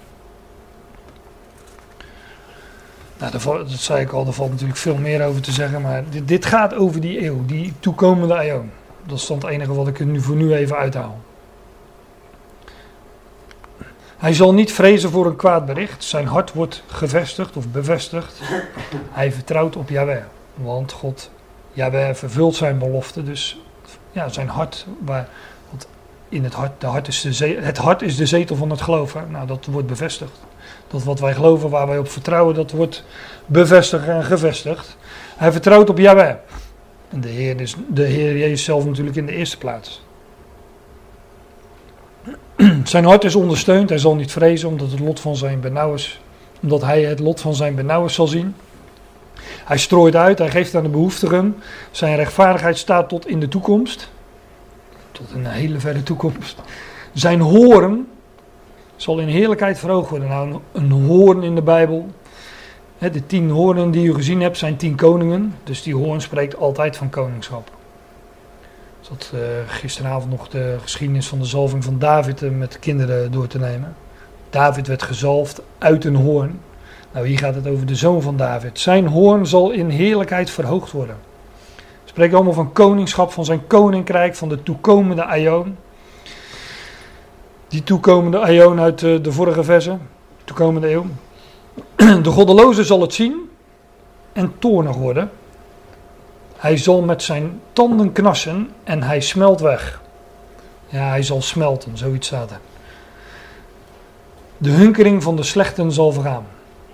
Nou, dat zei ik al, er valt natuurlijk veel meer over te zeggen, maar dit, dit gaat over die eeuw, die toekomende Aion. Dat is dan het enige wat ik er nu voor nu even uithaal. Hij zal niet vrezen voor een kwaad bericht, zijn hart wordt gevestigd of bevestigd. Hij vertrouwt op Yahweh, want God, Yahweh vervult zijn belofte, dus ja, zijn hart, waar, want in het hart, de hart is de ze, het hart is de zetel van het geloof, hè? Nou, dat wordt bevestigd. Dat wat wij geloven, waar wij op vertrouwen, dat wordt bevestigd en gevestigd. Hij vertrouwt op Yahweh. En de Heer is de Heer Jezus zelf natuurlijk in de eerste plaats. Zijn hart is ondersteund, hij zal niet vrezen omdat het lot van zijn benauwers, omdat hij het lot van zijn benauwers zal zien. Hij strooit uit, hij geeft aan de behoeftigen. Zijn rechtvaardigheid staat tot in de toekomst. Tot in een hele verre toekomst. Zijn hoorn zal in heerlijkheid verhoogd worden. Nou, een hoorn in de Bijbel. De tien hoornen die u gezien hebt zijn tien koningen. Dus die hoorn spreekt altijd van koningschap. Ik zat uh, gisteravond nog de geschiedenis van de zalving van David uh, met kinderen door te nemen. David werd gezalfd uit een hoorn. Nou, hier gaat het over de zoon van David. Zijn hoorn zal in heerlijkheid verhoogd worden. Het spreekt allemaal van koningschap, van zijn koninkrijk, van de toekomende Aion. Die toekomende aion uit de, de vorige versen, toekomende eeuw. De goddeloze zal het zien en toornig worden. Hij zal met zijn tanden knarsen en hij smelt weg. Ja, hij zal smelten, zoiets staat er. De hunkering van de slechten zal vergaan.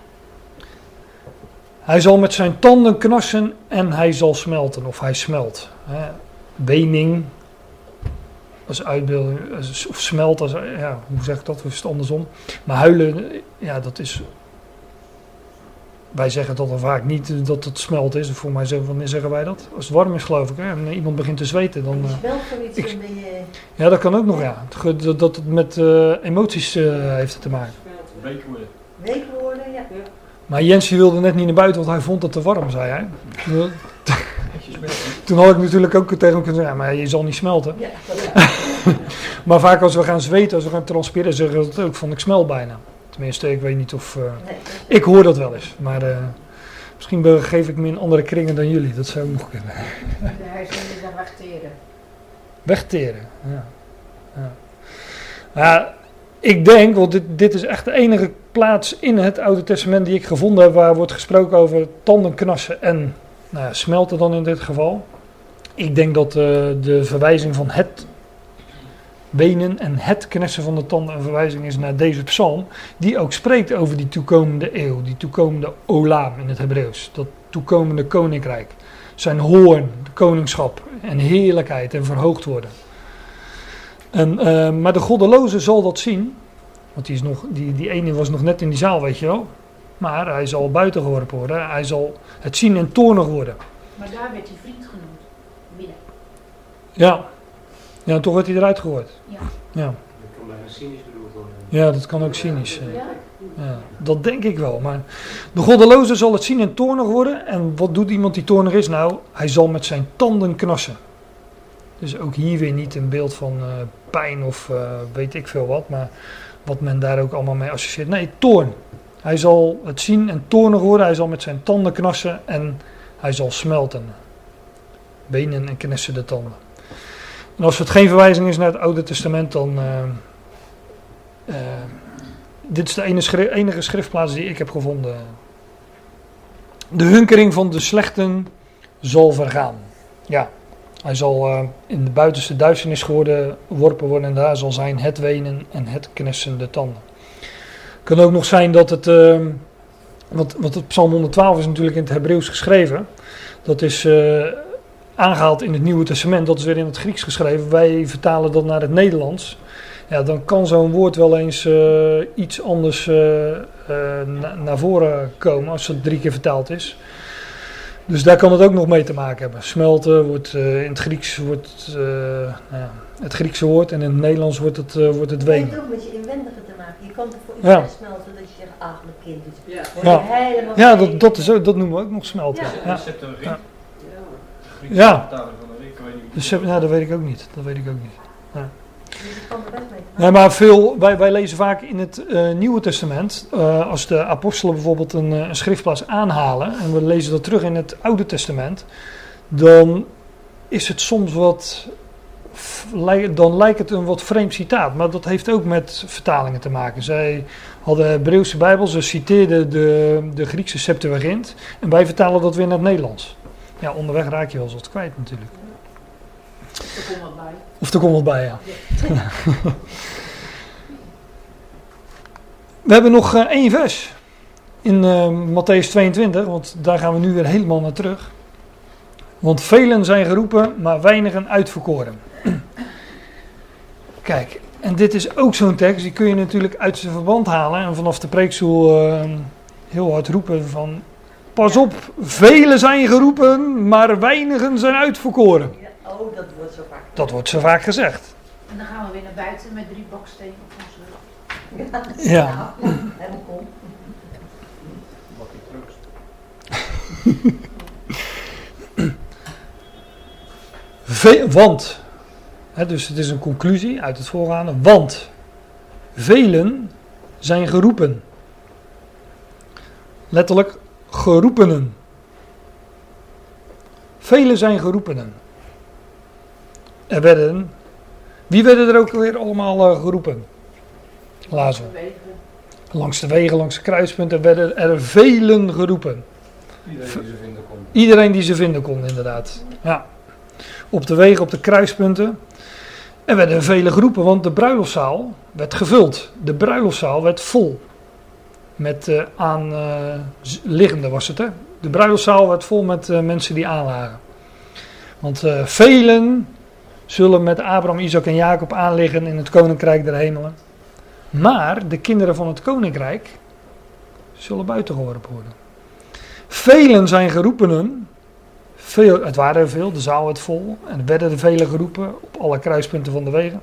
Hij zal met zijn tanden knarsen en hij zal smelten, of hij smelt. Hè. Wening, als uitbeelding, of smelt, als, ja, hoe zeg ik dat, of is het andersom. Maar huilen, ja, dat is... Wij zeggen dat er vaak niet dat het smelt is. Voor mij zeggen, wanneer zeggen wij dat? Als het warm is, geloof ik. Hè? En iemand begint te zweten, dan... Je Uh, smelt zoiets ik, in de... ja, dat kan ook nog, ja. Dat, dat het met uh, emoties uh, heeft te maken. Week worden. Week worden, ja. Maar Jens wilde net niet naar buiten, want hij vond het te warm, zei hij. Toen had ik natuurlijk ook tegen hem kunnen zeggen, ja, maar je zal niet smelten. Ja, ja. Maar vaak als we gaan zweten, als we gaan transpireren, zeggen we dat ook van ik smelt bijna. Tenminste, ik weet niet of... Uh, Nee. ik hoor dat wel eens, maar uh, misschien begeef ik me in andere kringen dan jullie. Dat zou ook nog kunnen. De hersenen daar wegteren. Wegteren, ja. Ja. Ja, ik denk, want dit, dit is echt de enige plaats in het Oude Testament die ik gevonden heb waar wordt gesproken over tanden knarsen en nou ja, smelten dan in dit geval. Ik denk dat uh, de verwijzing van het wenen en het knessen van de tanden een verwijzing is naar deze psalm, die ook spreekt over die toekomende eeuw, die toekomende olam in het Hebreeuws, dat toekomende koninkrijk. Zijn hoorn, de koningschap en heerlijkheid en verhoogd worden. En, uh, maar de goddeloze zal dat zien, want die, is nog, die, die ene was nog net in die zaal, weet je wel. Maar hij zal buiten geworpen worden, hij zal het zien en toornig worden. Maar daar werd hij vriend genoemd. Midden. Ja, ja en toch werd hij eruit gegooid. Ja. Ja. Dat kan bijna cynisch bedoeld worden. Ja, dat kan ook cynisch zijn. Ja. Ja, dat denk ik wel. Maar de goddeloze zal het zien en toornig worden. En wat doet iemand die toornig is? Nou, hij zal met zijn tanden knarsen. Dus ook hier weer niet een beeld van uh, pijn of uh, weet ik veel wat. Maar wat men daar ook allemaal mee associeert. Nee, toorn. Hij zal het zien en toornig worden. Hij zal met zijn tanden knarsen en hij zal smelten. Wenen en knessen de tanden. En als het geen verwijzing is naar het Oude Testament, dan... Uh, uh, dit is de enige, schri- enige schriftplaats die ik heb gevonden. De hunkering van de slechten zal vergaan. Ja, hij zal uh, in de buitenste duisternis geworden, geworpen worden en daar zal zijn het wenen en het knessen de tanden. Het kan ook nog zijn dat het, uh, want, want het Psalm honderdtwaalf is natuurlijk in het Hebreeuws geschreven. Dat is uh, aangehaald in het Nieuwe Testament, dat is weer in het Grieks geschreven. Wij vertalen dat naar het Nederlands. Ja, dan kan zo'n woord wel eens uh, iets anders uh, uh, na, naar voren komen als het drie keer vertaald is. Dus daar kan het ook nog mee te maken hebben. Smelten wordt uh, in het Grieks wordt, uh, nou ja, het Griekse woord en in het Nederlands wordt het, uh, wordt het Het heeft wenen. ook met je inwendige te maken. Je kan toch voor iets Ja. smelten dat je zegt, ach mijn kind, dus Ja. word Ja. je helemaal Ja, vrij. dat, dat, is ook, dat noemen we ook nog smelten. Ja. Ja. De Septuagint. Ja. De Griekse Ja. vertaling van de ik weet niet. Dus, uh, ja, dat weet ik ook niet. Dat weet ik ook niet. Dus je kan er best mee te maken. Nee, maar veel, wij, wij lezen vaak in het uh, Nieuwe Testament, uh, als de apostelen bijvoorbeeld een, uh, een schriftplaats aanhalen, en we lezen dat terug in het Oude Testament, dan is het soms wat, dan lijkt het een wat vreemd citaat, maar dat heeft ook met vertalingen te maken. Zij hadden Hebreeuwse Bijbel, ze citeerden de, de Griekse Septuagint, en wij vertalen dat weer naar het Nederlands. Ja, onderweg raak je wel eens wat kwijt natuurlijk. Er komt wat bij. Of er komt wat bij, ja. We hebben nog uh, één vers in uh, Mattheüs tweeëntwintig, want daar gaan we nu weer helemaal naar terug. Want velen zijn geroepen, maar weinigen uitverkoren. Kijk, en dit is ook zo'n tekst, die kun je natuurlijk uit zijn verband halen en vanaf de preekstoel uh, heel hard roepen van... Pas op, velen zijn geroepen, maar weinigen zijn uitverkoren. Ja, oh, dat wordt zo vaak. Dat wordt zo vaak gezegd. En dan gaan we weer naar buiten met drie bakstenen op onze rug. Ja. Ja. Ja, helemaal kom. Wat ik troost. Ve- want, hè, dus het is een conclusie uit het voorgaande, want velen zijn geroepen. Letterlijk geroepenen. Velen zijn geroepenen. Er werden, wie werden er ook weer allemaal uh, geroepen? Lazen we. Wegen. Langs de wegen, langs de kruispunten werden er velen geroepen. Iedereen die ze vinden kon. Iedereen die ze vinden kon, inderdaad. Ja. Op de wegen, op de kruispunten. Er werden vele geroepen, want de bruiloftszaal werd gevuld. De bruiloftszaal werd vol. Met uh, aanliggenden uh, was het, hè. De bruiloftszaal werd vol met uh, mensen die aanlagen. Want uh, velen zullen met Abraham, Isaac en Jacob aanliggen in het koninkrijk der hemelen. Maar de kinderen van het koninkrijk zullen buiten geworpen worden. Velen zijn geroepenen. Veel, het waren er veel, de zaal werd vol. En er werden er velen geroepen op alle kruispunten van de wegen.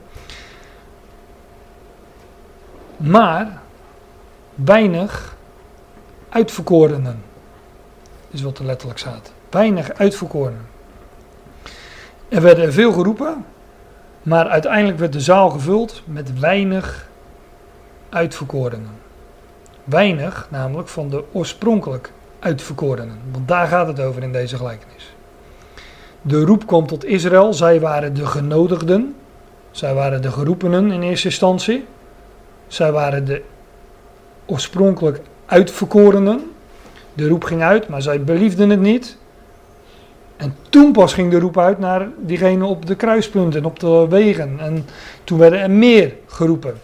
Maar weinig uitverkorenen. Is wat er letterlijk staat. Weinig uitverkorenen. Er werden er veel geroepen. Maar uiteindelijk werd de zaal gevuld met weinig uitverkorenen. Weinig, namelijk van de oorspronkelijk uitverkorenen. Want daar gaat het over in deze gelijkenis. De roep kwam tot Israël. Zij waren de genodigden. Zij waren de geroepenen in eerste instantie. Zij waren de oorspronkelijk uitverkorenen. De roep ging uit, maar zij beliefden het niet. En toen pas ging de roep uit naar diegenen op de kruispunten, op de wegen. En toen werden er meer geroepen.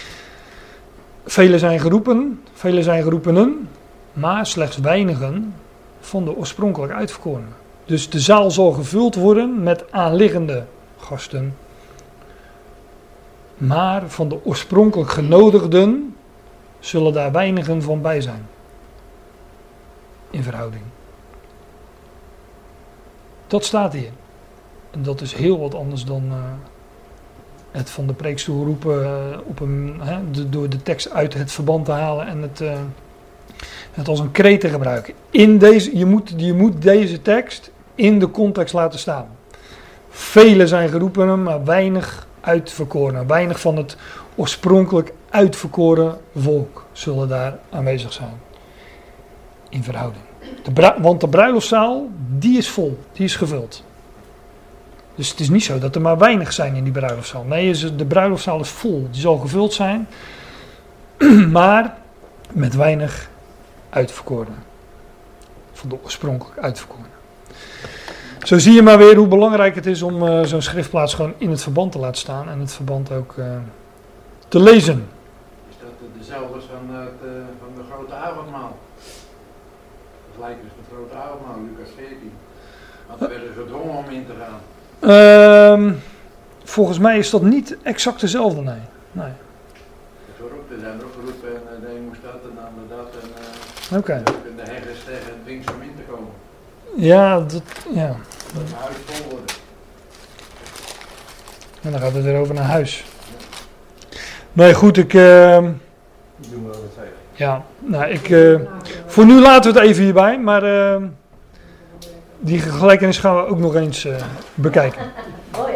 Velen zijn geroepen, velen zijn geroepenen, maar slechts weinigen van de oorspronkelijk uitverkorenen. Dus de zaal zal gevuld worden met aanliggende gasten. Maar van de oorspronkelijk genodigden zullen daar weinigen van bij zijn. In verhouding. Dat staat hier. En dat is heel wat anders dan uh, het van de preekstoel roepen, uh, op een, hè, de, door de tekst uit het verband te halen en het, uh, het als een kreet te gebruiken. In deze, je, moet, je moet deze tekst in de context laten staan. Velen zijn geroepen, maar weinig uitverkoren. Weinig van het oorspronkelijk uitverkoren volk zullen daar aanwezig zijn. In verhouding. De bru- want de bruiloftszaal, die is vol, die is gevuld. Dus het is niet zo dat er maar weinig zijn in die bruiloftszaal. Nee, de bruiloftszaal is vol, die zal gevuld zijn, maar met weinig uitverkoren. Van de oorspronkelijk uitverkoren. Zo zie je maar weer hoe belangrijk het is om uh, zo'n schriftplaats gewoon in het verband te laten staan en het verband ook uh, te lezen. Is dat dezelfde als van, uh, de, van de grote avondmaal? Het lijkt dus de grote avondmaal, Lucas veertien. Want er werden gedwongen om in te gaan. Uh, volgens mij is dat niet exact dezelfde, nee. nee. Er zijn ook geroepen en uh, de een moest dat en de ander dat. En uh, Oké. okay. de herders tegen het dwingt om in te komen. Ja, dat, ja. Dat het huis vol worden. En dan gaat het weer over naar huis. Nee, goed, ik... Uh, Doen we wat zeggen. ja, nou, ik... Uh, voor nu laten we het even hierbij, maar... Uh, die gelijkenis gaan we ook nog eens uh, bekijken. Oh ja.